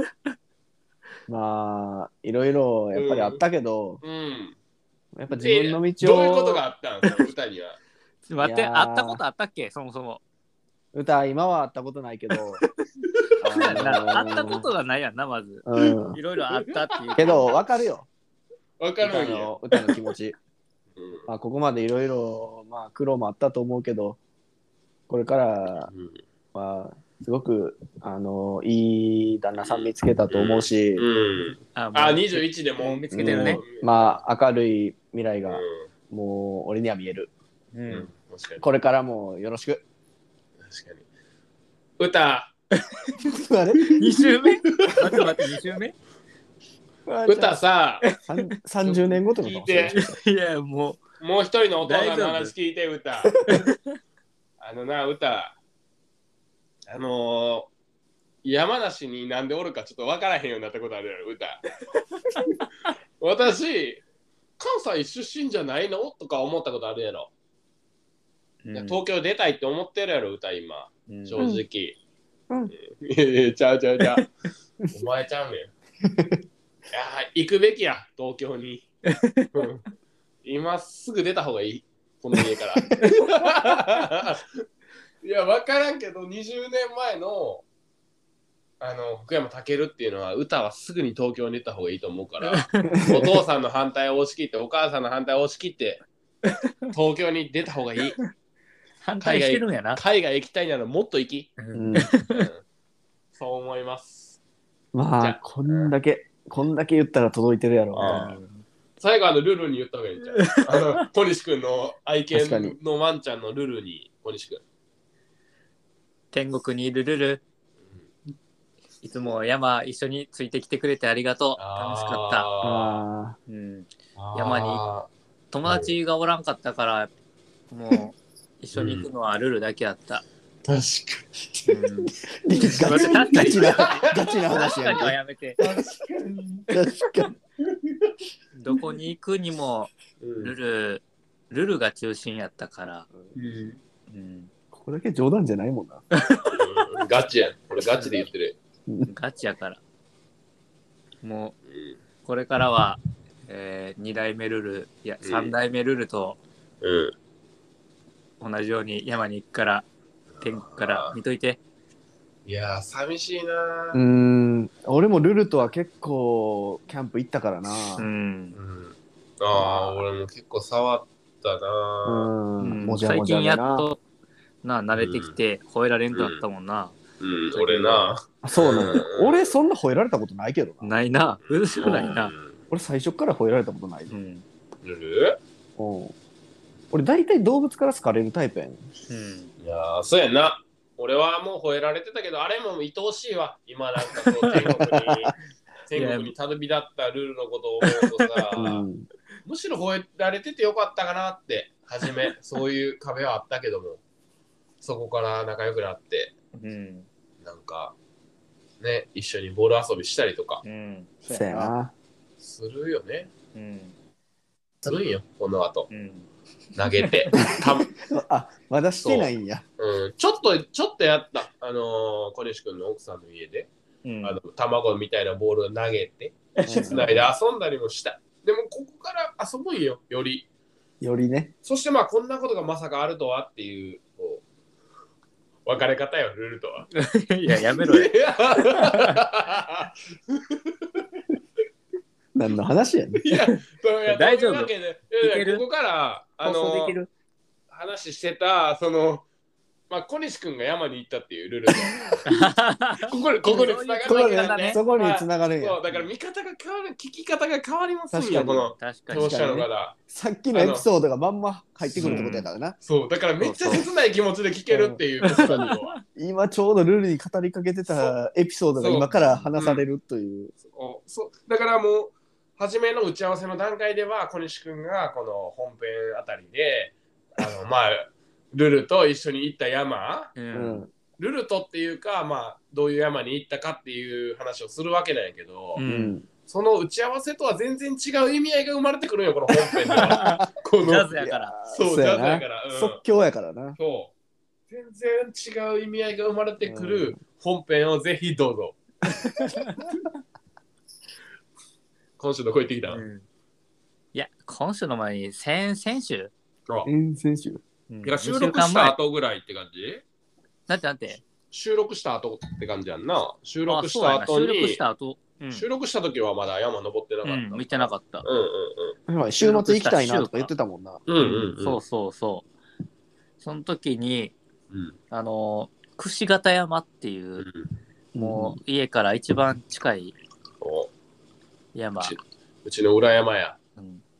まあ、いろいろやっぱりあったけど、 うんうん、 やっぱ自分の道を。 どういうことがあったんですか、歌には。 待って、会ったことあったっけ、そもそも。 歌、今は会ったことないけど。 あのー、会ったことがないやんな、まず。うん、いろいろあったっていう。 けど、わかるよ。 わかる歌の、歌の気持ち。うん、まあ、ここまでいろいろ、まあ、苦労もあったと思うけど、これから、うんまあ、すごくあのいい旦那さん見つけたと思うし、 うんうん、ああにじゅういちでも見つけてるね、 うん、まあ明るい未来が、 うもう俺には見える。 うん。うん。確かに。 これからもよろしく。 確かに。歌。 あれに週目待って待ってに週目歌さ、 さんさんじゅうねんごとかもしれない。 いやももう一人のお父さんの話聞いて、歌。あのな、歌。あのー、山梨になんでおるかちょっと分からへんようになったことあるやろ、歌。私、関西出身じゃないのとか思ったことあるやろ。 う、 いや東京出たいって思ってるやろ、歌、今。 うん正直。 うんいやいや、ちゃうちゃうちゃう。お前ちゃうねん。いや、行くべきや、東京に。うん今すぐ出た方がいい、この家から。いや、分からんけど、にじゅうねんまえのあの福山健っていうのは、歌はすぐに東京に出た方がいいと思うから、お父さんの反対を押し切って、お母さんの反対を押し切って、東京に出た方がいい。 反対してるんやな。 海外行きたいならもっと行き。 ううんんうんそう思います。じゃあまあ、こんだけ、こんだけ言ったら届いてるやろ。 あ最後、あのルルに言った方がいいんじゃん。あの小西君の愛確かに犬のワンちゃんのルルに、小西君。 天国にいるルル、いつも山一緒についてきてくれてありがとう。楽しかった。 ああうん、 ー山に友達がおらんかったから、もう一緒に行くのはルルだけやった。 確うん、 ーガチ確かにガチな、ガチな話確かにはやんけ。 やめて。 かに。 確かに。 どこに行くにもルル、ルルが中心やったから。 うんうん、 ここだけ冗談じゃないもんな。 うんガチやん。俺ガチで言ってる。 ガチやから。もう、これからは、えー、に代目ルル、いや、 うんさん代目ルルとうん。 同じように山に行くから、天国から見といて。 いやー、寂しいなうーん、俺もルルとは結構キャンプ行ったからな。 う。 うんん。ああ、俺も結構触ったなううんん、もじゃ最もじゃ近やでな。 っとな慣れてきて吠えられんくなったもんな。 うん、俺な。 あそうなの。 うん俺そんな吠えられたことないけどな。 ないな。うそないな。 うん俺最初から吠えられたことないぞ。 うん。 ルルうん俺大体動物から好かれるタイプやねん。 うん。 いやー、そうやんな。俺はもう吠えられてたけど、あれも愛おしいわ。今なんかこう天国に、天国に旅立ったルルのことを思うとさ、 うんむしろ吠えられててよかったかなって、初め、そういう壁はあったけども、そこから仲良くなって、 うん。 なんか、ね、一緒にボール遊びしたりとかうん。 そうやな。 するよね。 うん。 するんよ、この後。 うん。 投げて。たあ、まだしてないんや。 うん、ちょっと、ちょっとやった。あのー、小西君の奥さんの家で、 うん。 あの卵みたいなボールを投げて、室内で遊んだりもした。でも、ここから遊ぶんよ、より。 よりね。 そして、まあ、こんなことがまさかあるとはっていう、こう、別れ方よ、ルールとは。 いや、やめろよ。 何の話やねん。 いや、そういや大丈夫というわけでいやいやいけるここから、あ放送でのきる話してた、その、まあ、小西君が山に行ったっていうルールと、ここに、ここに繋がるここにわけなんで、 そこにはい繋がるんやそう、。だから見方が変わる、聞き方が変わりますんよ、 確かにこの確かに。 聴者の方。 さっきのエピソードがまんま入ってくるってことやからな。 そう、だからめっちゃ切ない気持ちで聞けるっていう。 確かに今ちょうどルールに語りかけてたエピソードが今から話されるという。 そうそうだからもう、初めの打ち合わせの段階では、小西君がこの本編あたりで、あの、まあ、ルルと一緒に行った山、 う。 うんん。 ルルとっていうか、まあ、どういう山に行ったかっていう話をするわけなんやけど、 う。 うんん。 その打ち合わせとは全然違う意味合いが生まれてくるんよ、この本編では。このジャズやから。 そうやなジャズやからうん即興やからな。 そう。全然違う意味合いが生まれてくる本編をぜひどうぞ。今週どこ行ってきたの、 うんいや、今週の前に先々週、 あ遠征手。 うんいや収録しにしゅうかんまえた後ぐらいって感じだってだって、 収録した後って感じやんな。収あ録しそうやなた後に、 収録した後、うん、 収録した時はまだ山登ってなかった。 うん、見てなかった。 うんうん週末行きたいなとか言ってたもんな。 うん。うんうんうん。 そうそうそう。その時に、 うん。 あの、櫛形山っていうう、 んもう家から一番近いお山、 うちうちの裏山や。 うん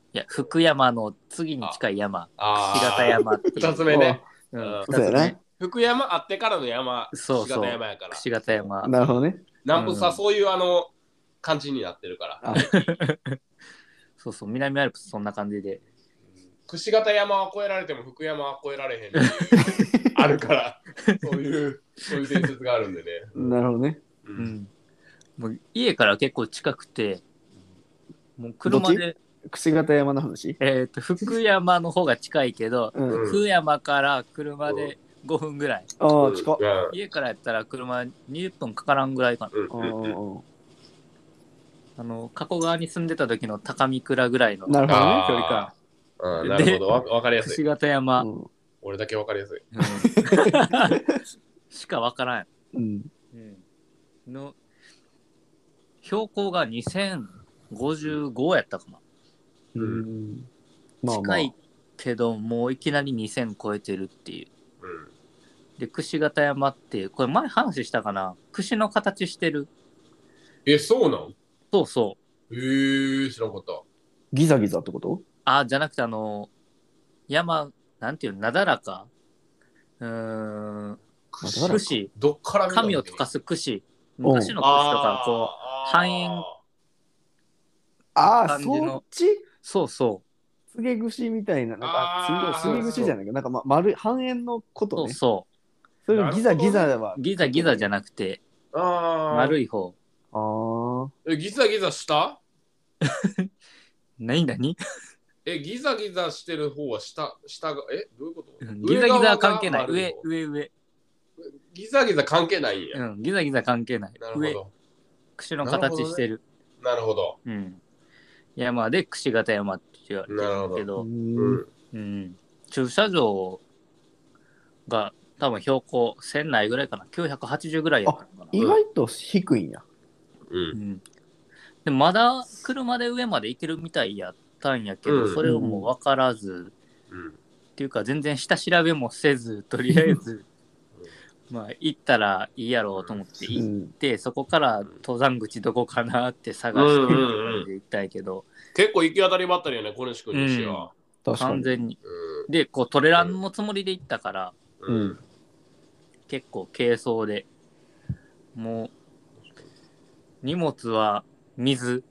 や、福山の次に近い山、 あ櫛形山っていう。 二つ目ね。 うんうん二つそうやな目。 福山あってからの山、 そうそう櫛形山やから。 櫛形山。 なるほどね。 南部さ、 うんそういうあの感じになってるから。 あそうそう、南アルプスそんな感じで。 櫛形山は越えられても福山は越えられへんっていうあるからそういうそういう伝説があるんでね。 なるほどね。 ううんん。もう家から結構近くて、もう車で、 櫛形山の話えっ、と、福山の方が近いけど、 うん。 福山から車でごふんぐらい。 ああ、近っ。 うん家からやったら車にじゅっぷんかからんぐらいかな。 うんあーあの、加古川に住んでた時の高見倉ぐらいのなるほどね。 あー距離感。 うんなるほどわわかりやすい。 櫛形山、 うん俺だけわかりやすい。 うんしかわからん。 うん。 うんの標高がにせんごじゅうごやったかな。 うん。まあまあ近。いけど、もういきなりにせん超えてるっていう。 うんで、櫛形山って、これ前話したかな、櫛の形してる。 え、そうなんそうそう。 えー、知らんかった。 ギザギザってこと？ あ、じゃなくて、あの、山、なんていうの、なだらか。うーん、 なだらか櫛、 どっから見たの紙を溶かす櫛。昔の櫛とか、こう、半円ああ、 感じのそっち？ そうそつげ串みたいな、なんあーか、つげ串じゃないか。なんか、ま、丸い、半円のこう。そとね。 うそそれをギザギザはう。。ギザギザじゃなくて、 あー丸い方。 ああ。 え、ギザギザした何何え、ギザギザしてる方は下、下が、え、どういうことギザギザは関係ない。 上側が上、上、上。 ギザギザ関係ないんや。 うん、ギザギザ関係ない。上、 なるほど。 櫛の形してる。 なるほど。 うん。山で櫛形山って言われてるけうど、 うんん。 うん。駐車場が多分標高せんないぐらいかな。きゅうひゃくはちじゅうぐらいやったのかな。 意外と低いんや。 う。 うんん。でまだ車で上まで行けるみたいやったんやけど、 うんそれをもう分からず、 うん。 っていうか全然下調べもせず、とりあえず、まあ行ったらいいやろうと思ってう行っん。 て、そこから登山口どこかなって探してって感じで行ったんやけど、 結構行き当たりばったりやね、小西君にしては。 確かに。 完全に。 うで、こうトレランのつもりで行ったから、 ん。 ううんん。 結構軽装で、もう、荷物は水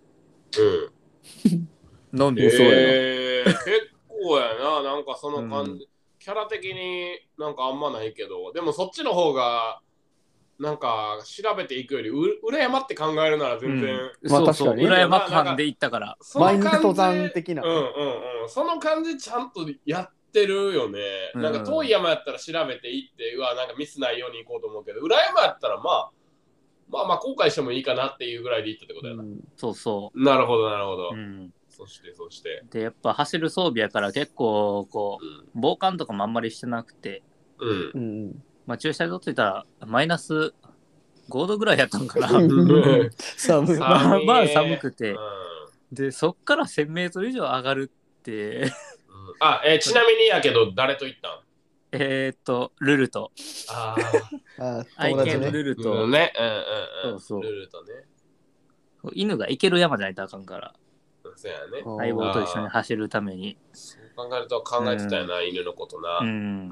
うん。 のみ。 そうやなえー、結構やな、なんかその感じ、 うんキャラ的になんかあんまないけど、でもそっちの方が、なんか調べていくより、う裏山って考えるなら全然、 うんまあそうそう、 確かに裏山間で行ったから。 その毎日感じ登山的なうんうんうん。その感じちゃんとやってるよね。 うんなんか遠い山やったら調べていって、うわ、なんかミスないように行こうと思うけど、裏山やったらまあ、まあまあ後悔してもいいかなっていうぐらいで行ったってことやな。 うんそうそなるほどなるほど。 う。うん。 そしてそして。 で、やっぱ走る装備やから結構、こう、防寒とかもあんまりしてなくて、 うん。 ううん。 ん。 まあ駐車場ついたらマイナスごどぐらいやったんかな。 うん寒い。 さまあ寒いまあ寒くてうん。 で、そっからせんメートル以上上がるって、 うんあ、えーちなみにやけど、誰と行ったんえーっと、ルルと、 ああ愛友達ね。 犬ルルあ。 と、 ね。うんうんうん。 そうそうルルとね。 犬が行ける山じゃないとあかんから、 そうやね。 相棒と一緒に走るために。 そう考えると考えてたよな、犬のことな。 ううんん。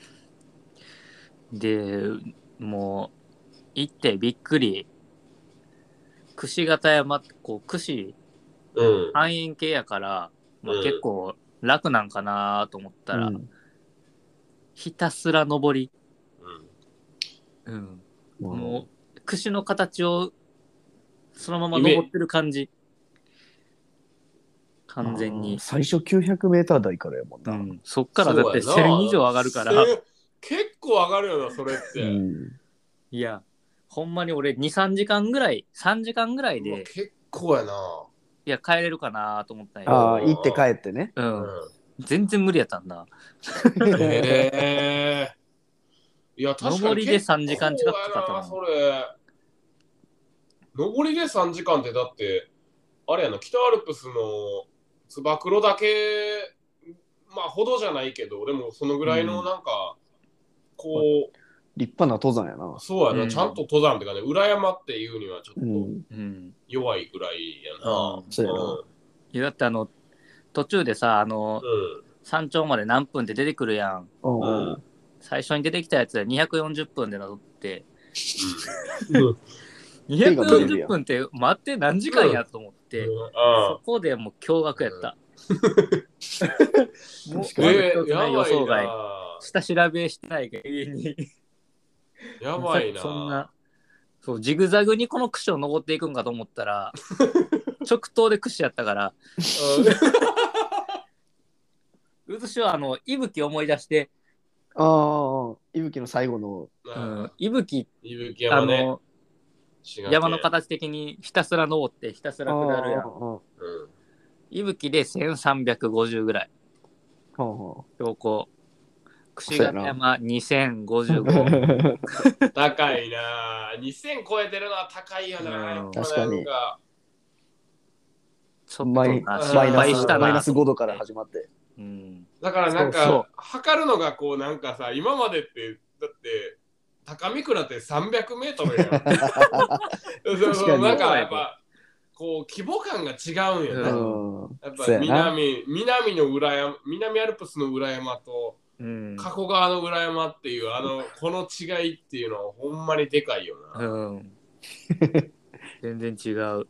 で、もう、行ってびっくり。櫛形山って、こう、櫛、 うん。 半円形やから、まあ、 うん結構楽なんかなと思ったら、 うんひたすら登り。 うんうん。 ももう、櫛の形をそのまま登ってる感じ。完全に。 最初きゅうひゃくメーター台からやもんな。 うん、そっからだってそうやなせん以上上がるから。 せ結構上がるよな、それって。 うんいや、ほんまに俺に、さんじかんぐらい、さんじかんぐらいうで、 わ結構やな。 いや、帰れるかなと思ったんや。 ああ、行って帰ってね。 う。 うんん。 全然無理やったんだ。 へえ。いや、確かに上りでさんじかん近くかかったもん結構やなそれ。上りでさんじかんってだって、あれやな、北アルプスのつば九郎だけ、まあ、ほどじゃないけど、でもそのぐらいのなんか、こ立派な登山やなう、。そうやな、 うんちゃんと登山っていうかね、裏山っていうにはちょっとうん。 うん。 弱いぐらいやな。 うんそうやな。 いや、だってあの、 途中でさ、あの、 うん。 山頂まで何分で出てくるやん。 うんうん最初に出てきたやつでにひゃくよんじゅっぷんで乗って、 うん。 にひゃくよんじゅっぷんって待って何時間やと思って、 あそこでもう驚愕やった。もう確かにえー、 一つねやばい予想外。 な。 下調べしてないけど、永遠に。 やばいな。 そんな、そう、ジグザグにこの串を登っていくんかと思ったら、直投で串やったから、うずしはあの、いぶき思い出して、 ああ、いぶきの最後の。 ううんん、いぶき、 伊吹あ山ね。 の、 滋賀県山の形的にひたすら登ってひたすら下るやん。 ああうん。 いぶきでせんさんびゃくごじゅうぐらい。 はあは標高。櫛形山にせんごじゅうご。 あ高いな。にせん超えてるのは高いよな。 うん確かになんかちょっとマイなうん失マイナス敗したな。 マイナスごどから始まって。 うん。 だからなんかそうそう測るのがこうなんかさ、今までってだって高見倉ってさんびゃくメートルやん。そうそう、 確かになんかやっぱこう規模感が違うんやな。 うん。 やっぱそうやな南南の裏山、南アルプスの裏山とうん。 加古川の裏山っていうあのこの違いっていうのはほんまにでかいよな。 うん。全然違う。 いや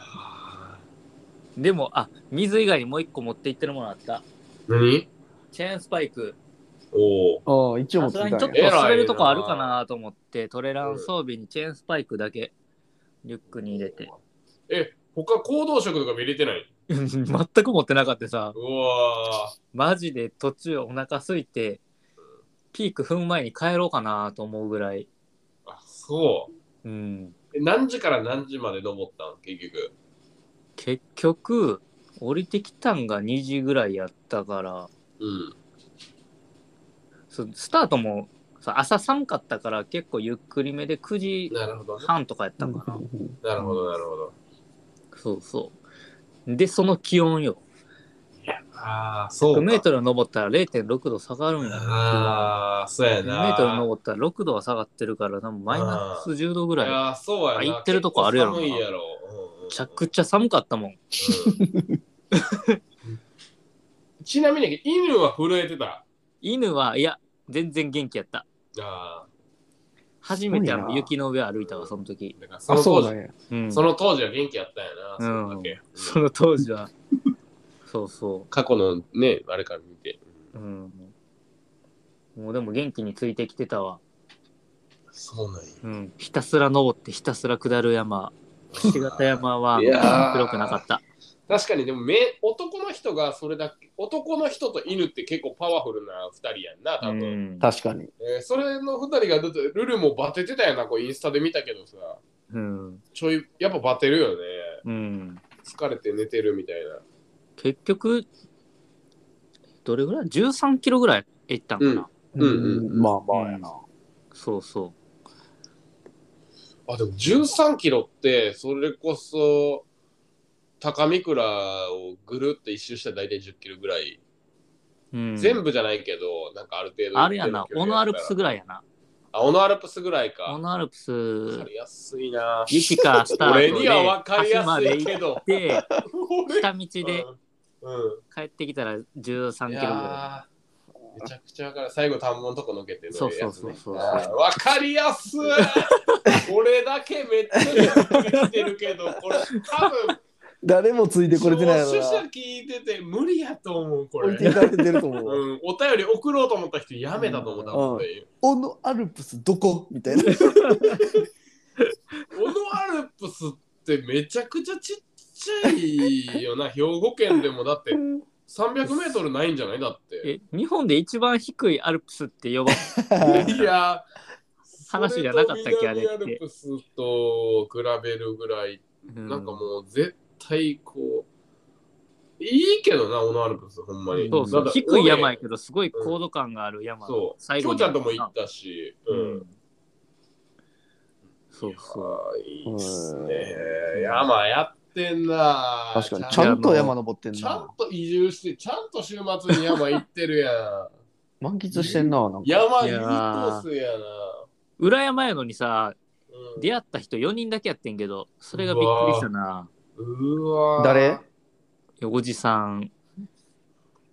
でも、あ、水以外にもう一個持って行ってるものあった。 ー何？ チェーンスパイク。 おお。 ああ、一応持さってたんや。 すがにちょっと滑るとこあるかなと思って、トレラン装備にチェーンスパイクだけリュックに入れて。 え、他行動食とかも入れてない？ 全く持ってなかったさ。 うわマジで途中お腹空いて、ピーク踏む前に帰ろうかなと思うぐらい。 ー。あ、そう。 うん。 え何時から何時まで登ったん結局。 結局、降りてきたんがにじぐらいやったから、 うん。 そスタートもさ朝寒かったから結構ゆっくりめでくじなるほどね。 はんとかやったかな。 なるほど、なるほど。 そうそう。で、その気温よ。 ああ、そうひゃくメーか。 トル登ったら れいてんろく 度下がるんや。 ああ、そうやじゅうメな。 ートル登ったらろくどは下がってるから、多分マイナスじゅうどぐらい。めいやー、そうやな。 あ行ってるとこあるやろな結構寒いやろ。うんうんちゃくちゃ寒かったもん。 うんちなみに、犬は震えてた。 犬は、いや、全然元気やった。 あ初めてあすごいなの雪の上歩いたわ、その時。 あ、だからそあ、 の当時、 そうなんや。 うん。 その当時は元気やったんやな、 うそれだんけ。 その当時は。そうそ過去のね、あれから見て。 う。うん。もうでも元気についてきてたわ。 そうなんや。 うん。ひたすら登ってひたすら下る山。櫛形山は、 いやー黒くなかった。 確かにでもめ男の人がそれだけ男の人と犬って結構パワフルなふたりやんな多う分、 ん。 確かに。 えーそれのふたりがだってルルもバテてたやなこうインスタで見たけどさうん。 ちょいやっぱバテるよねうん。 疲れて寝てるみたいな結局、どれぐらい ?じゅうさんキロぐらい行ったんかな。 うんうんうんまあまあやな。 そうそあでもじゅうさんキロってそれこそ高見倉をぐるっと一周したら大体じゅっキロぐらい、 う。うん、 全部じゃないけどなんかある程度あるやな、オノアルプスぐらいらいやな。 あオノアルプスぐらいかオノアルプスわか、りやすいな雪かスタートで俺にはわかりやすいけ橋どまで行って、 俺下道でうんうん帰ってきたらじゅうさんキロぐらやーめちゃくちゃわかる。最後、単門のとこのけてのそうやつねそうそうそうあーわかりやすい俺だけめっちゃ来てるけど、これ多分、 誰もついてこれてないやろ聴者な。 聞いてて無理やと思う、これ。 置いていかれてると思うわ。 うん、お便り送ろうと思った人やめたと思ったもんね。 オノアルプスどこみたいな。 オノアルプスってめちゃくちゃちっちゃいよな、兵庫県でもだってさんびゃくメートルないんじゃないだって。 え、日本で一番低いアルプスって呼ばいや、 話じゃなかったっけあれってそと南アルプスと比べるぐらい、 うんなんかもう絶対こう、いいけどな、オノアルプス、ほんまに。 そうそう、 だって低い山やけど、すごい高度感がある山。 そう、 最後にきょうちゃんとも行ったし、う。 うんん。そうそう。 あーいいっすうね。山やってんな。 確かに。ちちゃんゃんと山登ってんちゃんな。 と移住して、ちゃんと週末に山行ってるやん。 満喫してんな。なんか山いいいやコーースやな。 裏山やのにさ、 うん出会った人よにんだけやってんけど、それがびっくりしたな。 うわー誰おじさん。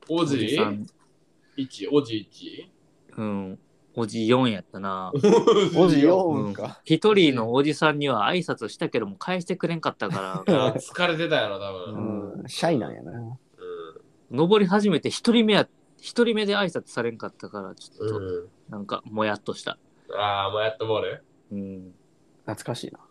おじさんいち、おじいちうんおじよんやったな。 おじようんんか。 一人のおじさんには挨拶したけども返してくれんかったかいや疲れてたやろ、多う分。 ん、シャイなんやな。 うん。 ら登り始めて一人目や一人目で挨拶されんかったからちょっとうん。 なんかもやっとした。 ああ、もうやっとボールうん懐かしいな。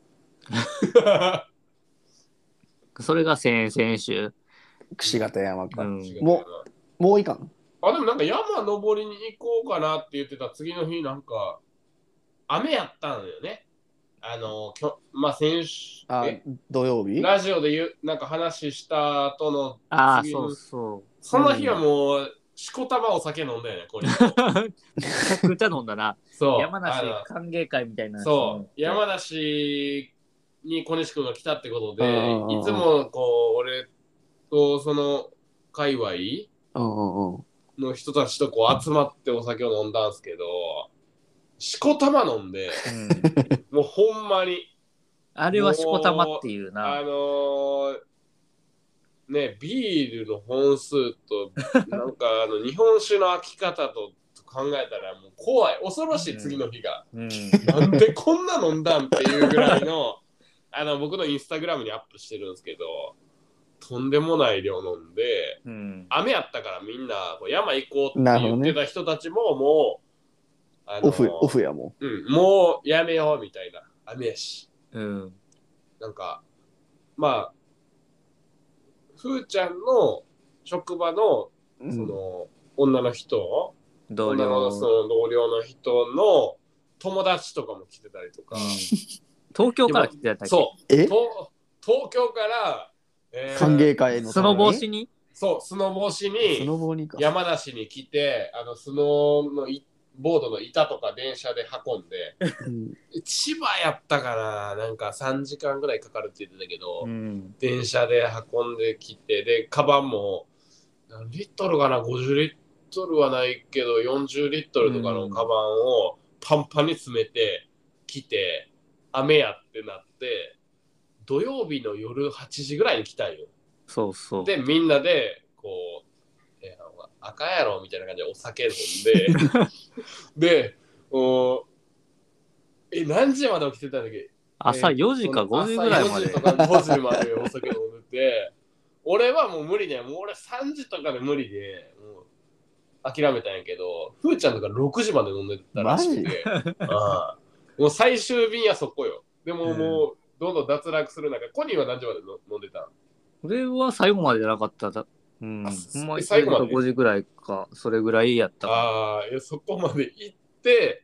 それが先々週。 櫛形山か。 うんももういかん。 あ、でもなんか山登りに行こうかなって言ってた次の日、なんか雨やったんよね。あの、きょまあ、先週、 あえ、 土曜日ラジオで言う、なんか話した後のああ次のそうそその日はもう、しこたまお酒飲んだよね、これ。 う。めちゃくちゃ飲んだな。 そう。 山梨あの歓迎会みたいなやつそう、山梨に小西君が来たってことで、 うんうんうんいつもこう、俺とその界隈うんうんうん。 の人たちとこう集まってお酒を飲んだんすけど、しこたま飲んで、 うんもうほんまに、 あれはしこたまっていうな。 あのー、ね、ビールの本数と、なんかあの日本酒の開き方と考えたらもう怖い、恐ろしい、次の日が。 うんなんでこんな飲んだんっていうぐらいの、あの僕のインスタグラムにアップしてるんですけど、とんでもない量飲んで、 うん雨やったからみんなこう山行こうってなるほどね言ってた人たちももう、あのオフ、オフやもうん、もうやめようみたいな、雨やし。 うんなんか、まあ、ふーちゃんの職場のう。 その、女の人、 同女のそ僚。 の同僚の人の友達とかも来てたりとか、 東京から来てたっけ？ そう、 えと東京から、えー歓迎会のスノボーしにそう、スノボしスにノボーにか。 山梨に来て、あのスノのいボードの板とか電車で運んで、 うん千葉やったかな、なんかさんじかんぐらいかかるって言ってたけど、 うん電車で運んできて、で、カバンも、何リットルかな、ごじゅうリットルはないけど、よんじゅうリットルとかのカバンをパンパンに詰めて来て、雨やってなって、土曜日の夜はちじぐらいに来たんよ。 そうそう。 で、みんなで、こう、えー赤やろみたいな感じでお酒飲んで、で、おえ、何時まで起きてたんだっけ？ 朝えーよじかごじぐらいまで。 朝よじとかごじまでお酒飲んでて、俺はもう無理だよ。もう俺さんじとかで無理で、もう諦めたんやけど、ふーちゃんとかろくじまで飲んでたらしくて、ああもう最終便やそこよ。でももう、どんどん脱落する中、コニーは何時までの飲んでたん？ 俺は最後までじゃなかっただ。うん。 あほんま最後までごじぐらいか、それぐらいやったかああ、いやそこまで行って、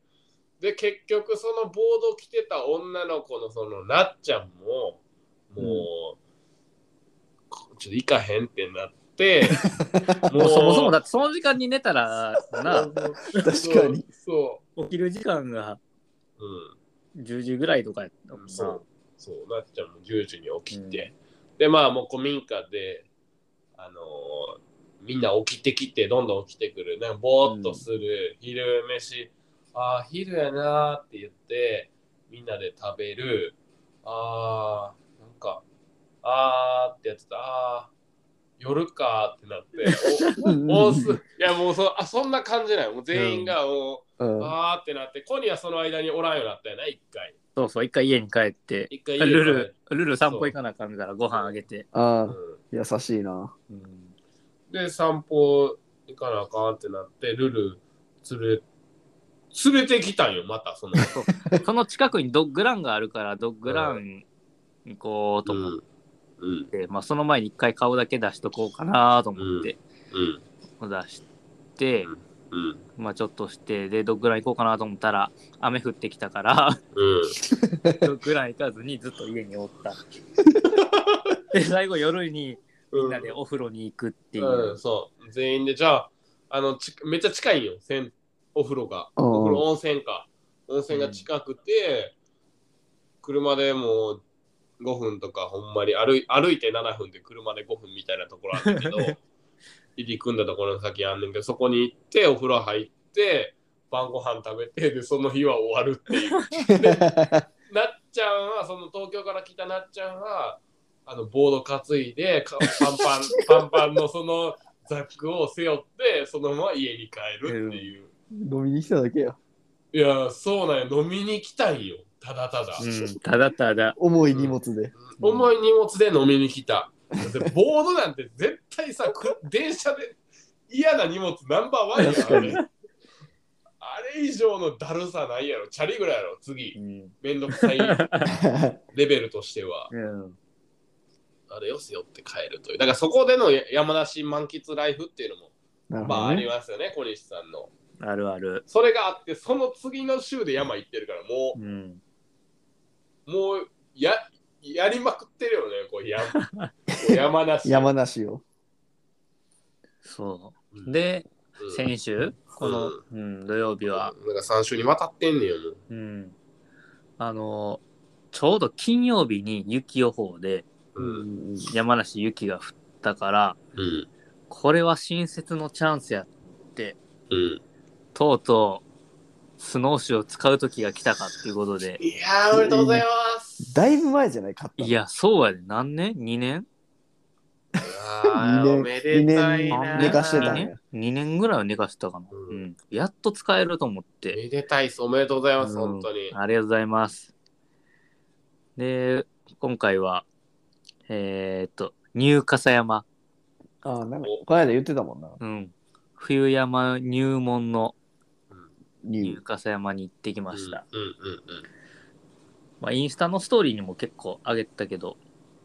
で、結局そのボード着てた女の子のそのなっちゃんも、もう、ちょっと行かへんってなって、 な。もうそもそもだってその時間に寝たらな、 確かに。 そ起きる時間がう。うん。 じゅうじぐらいとかやったもんな。 そう。そう。なっちゃんもじゅうじに起きて。うん、で、まあもう古民家で、あのー、みんな起きてきて、どんどん起きてくる。なんかぼーっとする。うん、昼飯。ああ、昼やなーって言って、みんなで食べる。ああ、なんか、あーってやってた。あー、夜かってなって。おおすいやもうそあそんな感じない。もう全員がもう、うん、あーってなって、コニーはその間におらんようになったよな、一回。 そうそう、一回家に帰って、 一回家に帰ってルル、ルル散歩行かなあかんからご飯あげて。 ああ、 うん、 優しいな。 うん、 で、散歩行かなあかんってなって、ルル連れ、連れてきたんよ、またその。 その近くにドッグランがあるから、ドッグラン行こうと思って。うんうん、まあ、その前に一回顔だけ出しとこうかなと思って、 うんうん、出して、 うん、 まあちょっとしてでドッグラン行こうかなと思ったら雨降ってきたから、うん、ドッグラン行かずにずっと家におったで最後夜にみんなでお風呂に行くっていう、 うんうん、そう全員でじゃあ、あのちめっちゃ近いよお風呂がお風呂温泉か温泉が近くて、うん、車でもうごふんとかほんまに歩い、歩いてななふんで車でごふんみたいなところあるけど入り組んだところの先あんねんけどそこに行ってお風呂入って晩ご飯食べてでその日は終わるっていうでなっちゃんはその東京から来たなっちゃんはあのボード担いでパンパンパンパンのそのザックを背負ってそのまま家に帰るっていう、 飲みに来ただけよ。 いやそうなんや、飲みに来たんよ、ただただ、 うん、ただただ。 重い荷物で。 重い荷物で飲みに来た。でボードなんて絶対さ、く電車で嫌な荷物ナンバーワンや確かにあれ。あれ以上のだるさないやろ。チャリぐらいやろ、次。 うん。 めんどくさいレベルとしては。 うん。 あれよすよって帰るという。だからそこでの山梨満喫ライフっていうのも、 なるまあありほどね。 ますよね、小西さんの。 あるある。 それがあって、その次の週で山行ってるから、もうん。 う、もう、や、やりまくってるよね、こう山こう山梨。 山梨を。 そうう。 んで、 うん先週、この、うん、土曜日は、 うんなんかさん週にわたってんねんよ、もう。 うん。あの、ちょうど金曜日に雪予報でうん。 山梨雪が降ったから、 うん。 これは新雪のチャンスやって、 うん。 とうとうスノーシューを使う時が来たかっていうことで、 いやー、おめでとうございます。 だいぶ前じゃない買ったの。 いや、そうやで、何年 ?に 年あーおめでたいな。 寝かしてたん ?にや年 ?に 年ぐらいは寝かしてたかな、 ううんん。やっと使えると思って。 めでたいっす。おめでとうございます、 うん本当に。 ありがとうございます。で、今回は、えー、っと、入笠山、 ああ、なんか、この間言ってたもんな。 うん、冬山入門のニュ入笠山に行ってきました。 うんうんうんまあ、インスタのストーリーにも結構上げてたけど、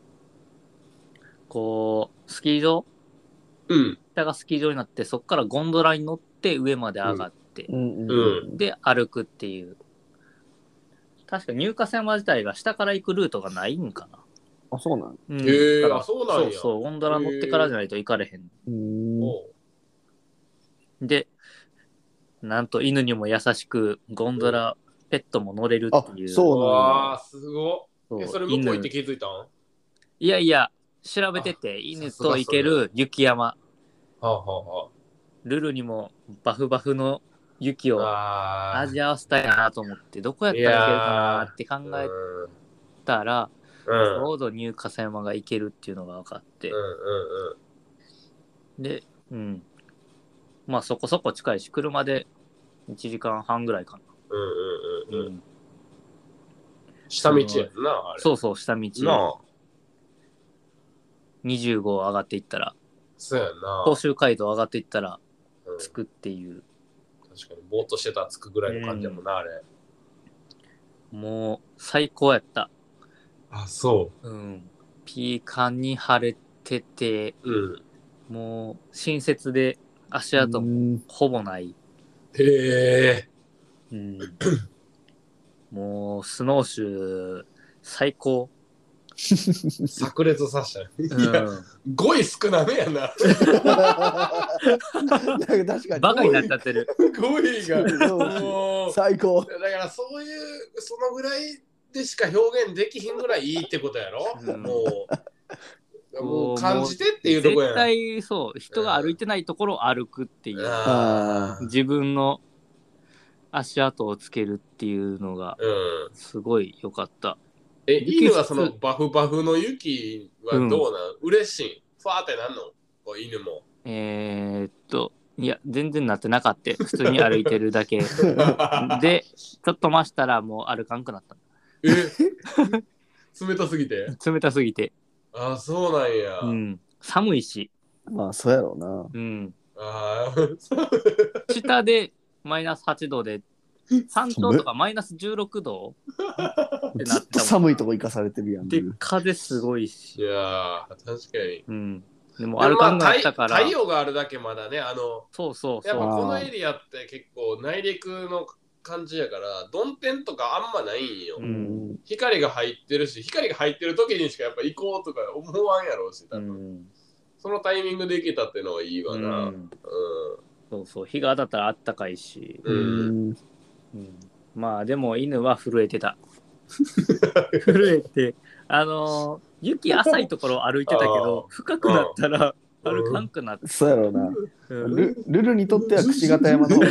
こう、スキー場うん。うん。 下がスキー場になって、そこからゴンドラに乗って上まで上がって、 うんうんうんで、歩くっていう。確か入笠山自体が下から行くルートがないんかな。 あ、そうなん。 うん、 へーだからあそうなんやそうそう、ゴンドラ乗ってからじゃないと行かれへん。 うーん。 おうで、なんと犬にも優しく、ゴンドラ、ペットも乗れるっていう。 あそうなんやわあ、すごそうっ。え、それ向こう行って気づいたんはいやいや、調べてて、犬と行ける雪山。 あはあはルルにもバフバフの雪をあ。あ味わわせたいなと思って、どこやったらいけるかなって考えうんたら、 うんちょうど入笠山が行けるっていうのが分かってうん、うんで、うん。まあそこそこ近いし、車でいちじかんはんぐらいかうんうんな。 うんうん。下道やんな、あれ。 そうそう、下道なあ。 にじゅうご上がっていったら、 そうやんな。 甲州街道上がっていったらうん着くっていう、 確かに、ぼーっとしてたらつくぐらいの感じやもんな、あれ。 もう最高やった。 あ、そうん。ピーカンに晴れてて、 う。うん。 もう新雪で足跡もうんほぼない。 へえ。 うん、もうスノーシュー最高。 炸裂さしたね。 ういや、 ん、 ごい少なめやな。 なんか確かに。 バカになっちゃってる。 ごいが。 そうもう最高。 だからそういう、そのぐらいでしか表現できひんぐらいいいってことやろ、 うんもう。もうこう感じてっていうとこや絶対そう、人が歩いてないところを歩くっていう、 あ自分の足跡をつけるっていうのがーうん。 すごい良かった。 え、 雪犬はそのバフバフの雪はどうなん、嬉しいファーってなんのこう犬も。 えー、っと、いや、全然なってなかった。普通に歩いてるだけ。で、ちょっと増したらもう歩かんくなった。 え冷たすぎて冷たすぎて。 あ、そうなんや。 うん。寒いし。 まあ、そうやろうな。 うん。 あー下でマイナスはちどで、山頂とかマイナスじゅうろくどってなずってとったもん。 寒いとこ行かされてるやん。 で、風すごいいし。 やー、確かに。 うん。でもでもまあ歩かんくなったから。 太太陽があるだけまだね、あの、 そうそうやっぱそこのエリアって結構内陸の感じやから、曇天とかあんまないんよ。 う。 うんん。 光が入ってるし、光が入ってる時にしかやっぱ行こうとか思わんやろうし、多う分。 ん。 そのタイミングで行けたってのはいいわうな。 ん。そうそう。日が当たったらあったかいし。 うん。うん。 うんうん。まあでも犬は震えてた。震えて、あのー雪浅いところを歩いてたけど、深くなったら歩かんくなって。 そうやろうな。 うんルルルにとっては櫛形山の方が。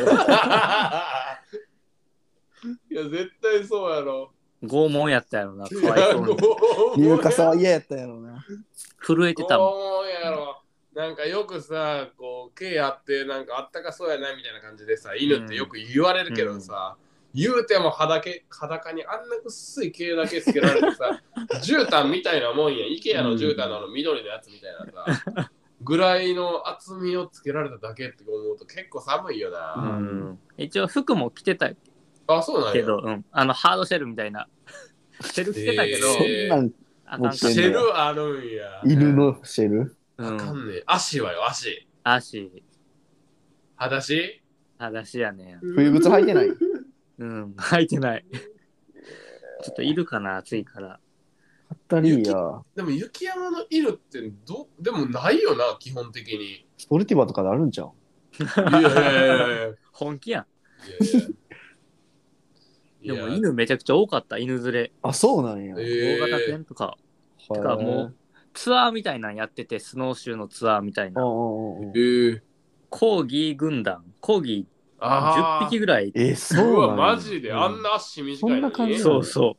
いや、絶対そうやろ。 拷問やったやろな、かわいそうに。 入笠は嫌やったやろうな。 震えてたもん。 もんやろ。 なんかよくさ、こう、毛あって、なんかあったかそうやなみたいな感じでさ、犬ってよく言われるけどさ、うん、言うても裸、裸にあんな薄い毛だけつけられてさ、絨毯みたいなもんや、IKEA の絨毯のあの緑のやつみたいなさ、ぐらいの厚みをつけられただけって思うと結構寒いよな。 うん、一応服も着てたあ、そうなんやけど、うん、あのハードシェルみたいな。シェル着てたけど、 えー、 そんなんあかんシェルあるんや。 犬のシェル、 うん、あかんねえ。足はよ、足。 足。 裸足裸足やね。 冬靴履いてないうん、履いてない。ちょっといるかな、暑いから。 あったりや。 でも雪山の犬ってど、でもないよな、基本的に。 スポルティバとかであるんちゃういやいやいやいや。 本気やん。 いやいや。 でも犬めちゃくちゃ多かった、犬連れ。 あ、そうなんや。 えー、 大型犬とか。とかもうツアーみたいなのやってて、スノーシューのツアーみたいな。 えー、 コーギー軍団、コーギーじゅっぴきぐらい。 えー、そうなんや。 うわ、マジで、うん、あんな足短いのに。 そんな感じ。 そうそう。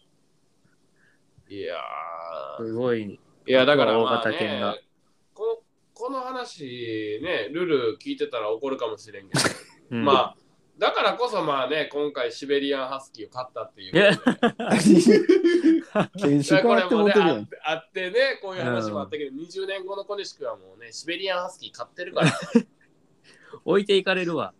いやー。すごい。 いや、だから、 大型犬が。 まあね、この、この話ね、ルル聞いてたら怒るかもしれんけど、うん、まあ、だからこそまあね、今回シベリアンハスキーを買ったっていう犬種変わってもてるやん。 ね、あってね、こういう話もあったけど、うん、にじゅうねんごの小西君はもうね、シベリアンハスキー買ってるから。 置いていかれるわ。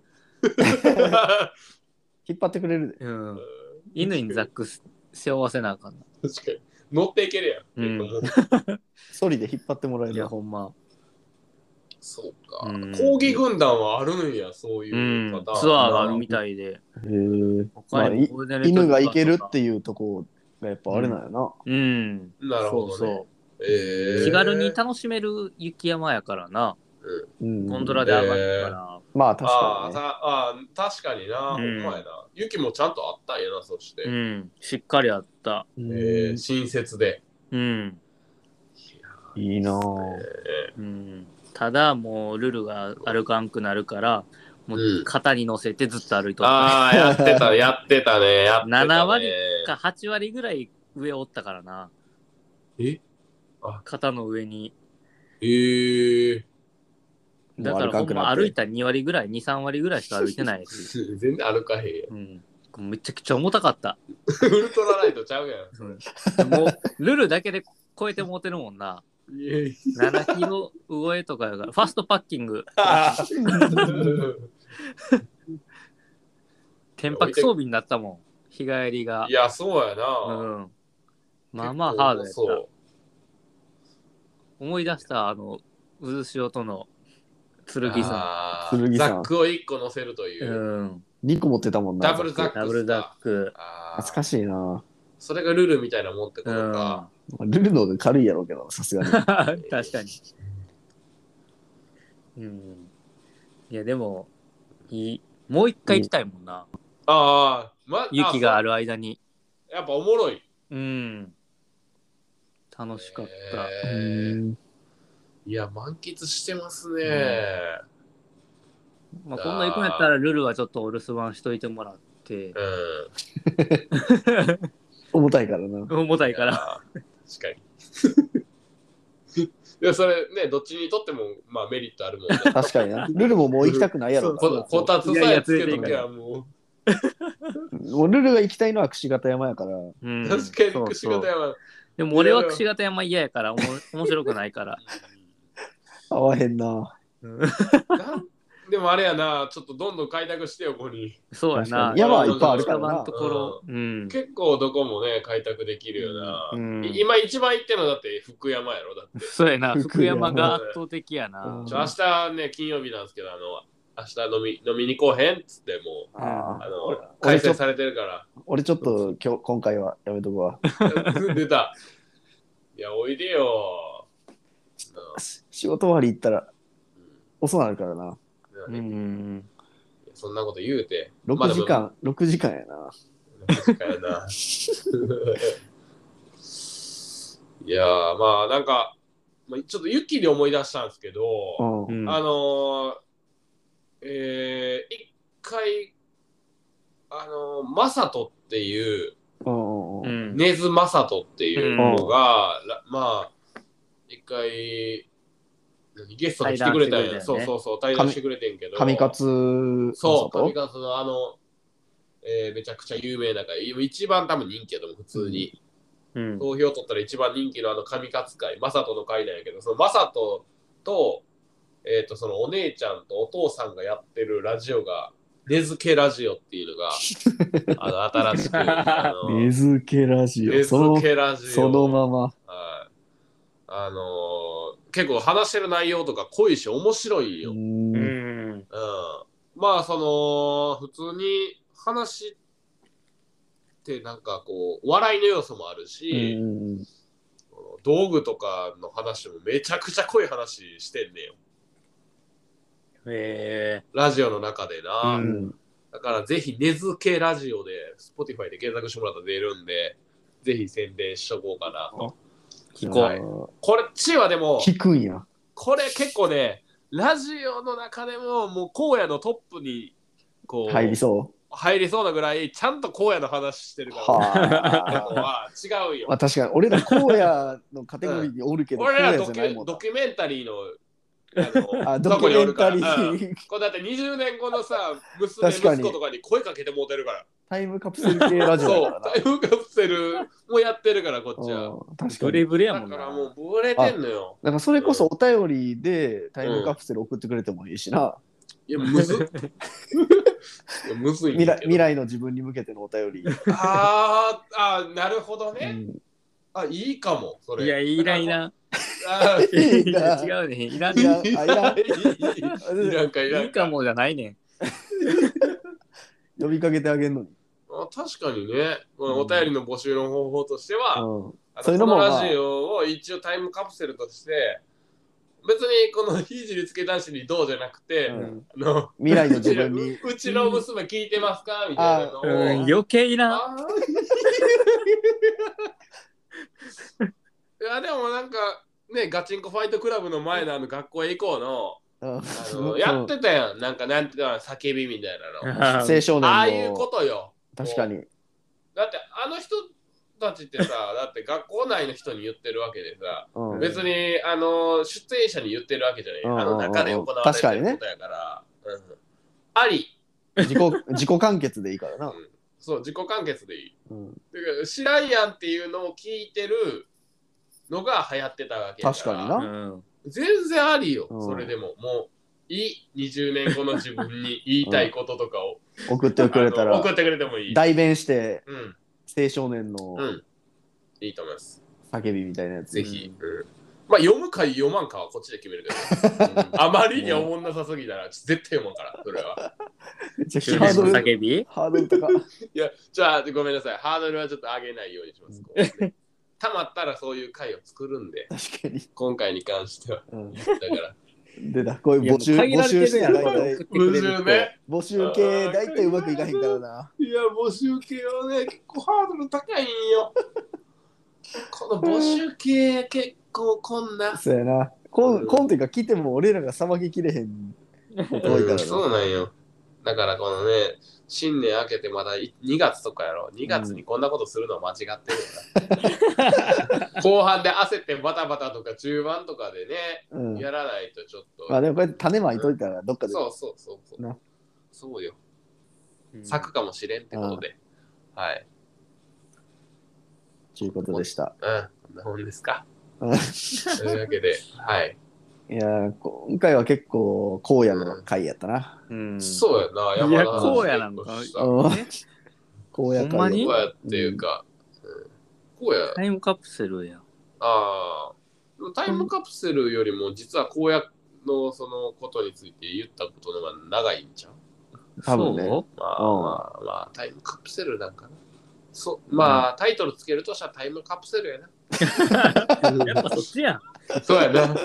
引っ張ってくれるで。 うん、犬にザック背負わせなあかんな。 確かに。乗っていけるやん。うん、 ソリで引っ張ってもらえる。 いや、ほんま。 そうか。うん、抗議軍団はあるんや、そういう方、 うん、ツアーがあるみたいで。へえ、まあ。犬が行けるっていうとこがやっぱあれなんやな。 うん。うん、 なるほど、ね。そうそう。えー、 気軽に楽しめる雪山やからな。うん、ゴンドラで上がるから。 えー、まあ確かに、 ね。ああ、確かにな。ほ、うんまやな。雪もちゃんとあったんやな、そして。 うん。しっかりあった。 えー、親切で。 うん。 いいなぁ、 えー。うん。ただもうルルが歩かんくなるからもう肩に乗せてずっと歩いとった、 うん、ああやってたやってたねやってたねななわりかはちわりぐらい上おったからな。 えあ肩の上に。 えー、 だからほんま歩いたにわりぐらいにさんわりぐらいしか歩いてないし全然歩かへんや、 うん、めちゃくちゃ重たかったウルトラライトちゃうやん、 うん、もうルルだけで超えてもうてるもんな。ななキロ超えとかやからファストパッキング天白装備になったもん日帰りが。 いやそうやな、 うん、まあまあハードやった。思い出したあの渦潮との剣さん剣ザックをいっこ乗せるという、 うん、 にこ持ってたもんな。 ダブルザックダブルザック懐かしいな。 それがルルみたいなもんってことか、 うん、ルルので軽いやろうけどさすがに確かに、うん、いやでもいいもう一回行きたいもんな、うん、 ああ、ま、 雪がある間にやっぱおもろい。 うん楽しかった、 えー、いや満喫してますね、 うん、まあ今度行くんやったらルルはちょっとお留守番しといてもらって、うん重たいからな。 重たいから。 確かに。いや、それね、どっちにとっても、まあメリットあるもんね。 確かにな。ルルももう行きたくないやろな。 こ, こたつさえつけときゃもう。もうルルが行きたいのは櫛形山やから。 うん、確かに櫛形山。 でも俺は櫛形山嫌やから、おも面白くないから。 合わへんな。 でもあれやな、ちょっとどんどん開拓してよ、ここに。 そうやな。 山はいっぱいあるからな。 ところ、 うん、結構どこもね、開拓できるよな。うん、今一番行ってるのだって福山やろ、だって。 そうやな、福山が圧倒的やな。 ちょ明日ね、金曜日なんですけど、あの、明日飲み飲みに来おへんっつってもう、ああの開催されてるから。 俺ちょっと今日今回はやめとくわ。 出た。いや、おいでよ。 仕事終わり行ったら遅なるからな。 うん、 そんなこと言うてろくじかん、まあ、ろくじかんやな。ろくじかんやな。いやーまあなんか、まあ、ちょっと雪で思い出したんですけど、うん、あのー、えー、一回あのー、マサトっていう、うん、ネズマサトっていうのが、うん、まあ一回ゲストに来てくれたんや。 対談してくれたよねそうそうそう、対談してくれてんけど。 神勝そう、 と神勝のあの、えーめちゃくちゃ有名な回、一番多分人気やと思う、普通に。 うん。 投票取ったら一番人気のあの神勝会、マサトの会なんやけど、そのマサトと、えっ、と、そのお姉ちゃんとお父さんがやってるラジオが、根付けラジオっていうのが、あの、新しく、あの、 根付けラジオ。 根その付けラジオ。 そのまま。 はい。あのー結構話してる内容とか濃いし面白いよ。 ううん。 んうん。 まあ、その、普通に話ってなんかこう、笑いの要素もあるうし、 ん道具とかの話もめちゃくちゃ濃い話してんねよ。 えラジオの中でな。 ううんんだからぜひ根付けラジオで Spotify で検索してもらったら出るんで、ぜひ宣伝しとこうかなと。 聞こう。 はいこれっちはでも、 聞くんや。 これ結構ね、ラジオの中でももう荒野のトップにこう入りそ入りそうなぐらいちゃんと荒野の話してるう。 から、ここはあ。 は違うよまあ。確かに俺ら荒野のカテゴリーにおるけど、荒野俺らドキじゃないもんな。 ュドキュメンタリーのあのあ、ドとこにおキュメンタるから、うんリー、 これだってにじゅうねんごのさ、娘、 確かに息子とかに声かけてもうてるから。 タイムカプセル系ラジオそうだか、 タイムカプセルもやってるから、こっちらな。 は。 うん確かブレに。 ブレやもんな。 だからもうブレてんのよ。 だからそれこそお便りでタイムカプセル送ってくれてもいいしな。 いや、むずっ。いやむずいん未だけど。 来未来の自分に向けてのお便り。 あーあー、なるほどね。 うんあ、いいかも、それ。 いや、いらんいらん。 あーいいな違うね。いらんいねらんあいらんいいいらんかいらんいいかもじゃないねん。 呼びかけてあげんのに。 あ確かにね、まあお便りの募集の方法としては、 うんあのそういうのもこのまあラジオを一応タイムカプセルとして別にこの非自立系男子にどうじゃなくて、 うんあの未来のうちの自分に。 うちの娘聞いてますかみたいなのを、 うん、余計いらん。 あーいやでもなんかねガチンコファイトクラブの前のあの学校へ行こうのうんあのやってたやんなんかなんていうの叫びみたいなのあ青少年の。 ああいうことよ確かに。 だってあの人たちってさだって学校内の人に言ってるわけでさうん別にあの出演者に言ってるわけじゃない、 うんあの中で行われてることやから、うん、あり自己自己完結でいいからな。 そう自己完結でいいうんてか知らんやんっていうのを聞いてるのが流行ってたわけやから確かになうん。 全然ありよ、 うんそれでももういいにじゅうねんごの自分に言いたいこととかを、 送ってくれたらあの送ってくれてもいい代弁してうん青少年のうんいいと思います叫びみたいなやつ。 ぜひ、うんまあ読むか読まんかはこっちで決めるけど、うんあまりにおもんなさすぎたら絶対読まんからそれはめちゃくち中年ゃハードルの叫びハードル高い。 いやじゃあごめんなさいハードルはちょっと上げないようにします、こうねたまったらそういう回を作るんで確かに。 今回に関してはうんだからでだ、こういういや募集もう限ら募集してれてるやん、 大体これ送ってくれる募集ね募集系大体うまくいかへんからな。 いや募集系はね結構ハードル高いんよこの募集系結構こんなそうやな。こうんん、こんっていうか来ても俺らがさばききれへんこと多いからな。 そうなんよだからこのね新年明けてまだにがつとかやろにがつにこんなことするのは間違ってるよな、後半で焦ってバタバタとか中盤とかでね、 うん。 やらないとちょっと、 まあでもこうやって種まいといたらどっかで。 そうそうそうそうなそうようん咲くかもしれんってことで、はいということでした。 うんこんなもんですかうんというわけではいいやー、今回は結構荒野の回やったな。 うん。 そうやな、 い山田や荒野なんかさうんね荒野ほんまに回荒野っていうか、うん、荒野、 タイムカプセルやん。 ああ、タイムカプセルよりも実は荒野のそのことについて言ったことの方が長いんちゃう多分ねそまあうんまあまあ、タイムカプセルなんかな。そうまあ、タイトルつけるとしたらタイムカプセルやな。 うやっぱそっちやん。 そうやな。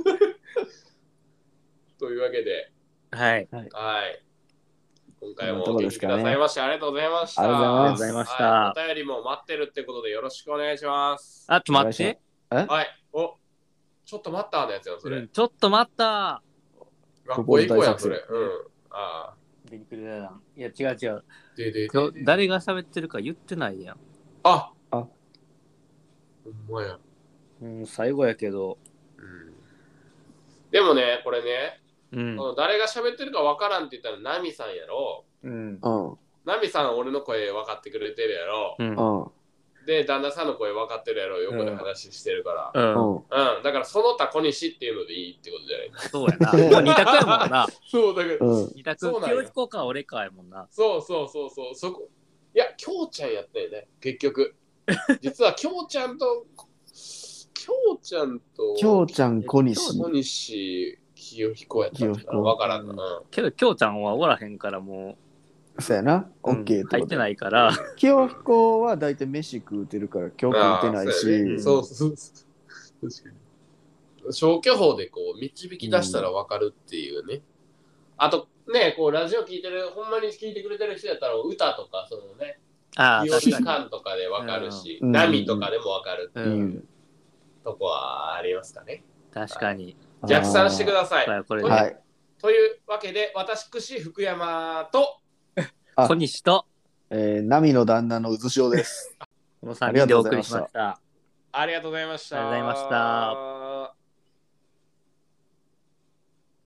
というわけで、 はい。 はい。今回もこんなとこお聞きくですかねださいまして、ありがとうございました。 ありがとうございましたはいお便りも待ってるってことでよろしくお願いします。 あ、ちょっと待って。 はい。おちょっと待ったのやつよ、それ。 うんちょっと待った。 学校行こうや、 ここで大作戦それ。うん。ああ。 ベニクルだな。いや、違う違う。 ででで今日誰が喋ってるか言ってないやん。 ああほんまや。 うん、最後やけど。 うん。 でもね、これね、 うんこの誰が喋ってるかわからんって言ったらナミさんやろ。 うんうん。 ナミさん俺の声分かってくれてるやろ。 うんうん。 で、旦那さんの声分かってるやろ。横で話してるから。 うんうん。 うん、だからその他小西っていうのでいいってことじゃない。 そうやな。もう二択やもんな。 そうだから、 うん。 二択。 そうなんや清彦か俺かやもんな。 そうそうそうそう、そこ。いや、きょうちゃんやったよね、結局。実はきょうちゃんと、きょうちゃんと、 きょうちゃん、小西。 小西清彦やったんかな。分からんかな。 けど、きょうちゃんはおらへんからもそうやな。 う、 オッケーって入ってこと。 ないから。 清彦は大体飯食うてるから、今日食うてないあーそうやねし。 そうそうそう。確かに。消去法でこう導き出したら分かるっていうね。あとね、こうラジオ聞いてる、ほんまに聞いてくれてる人やったら歌とか、そのね、 ああ、 清確かに。 美感とかで分かるし、 うん波とかでも分かるってう。 いうんとこはありますかね。 確かに。 逆算してください。 これこれというはい。 というわけで、私、福山と、 あ小西と、 えー、ナミの旦那の渦潮です。 このさんにんでお送りしました。 ありがとうございました。 ありがとうございました。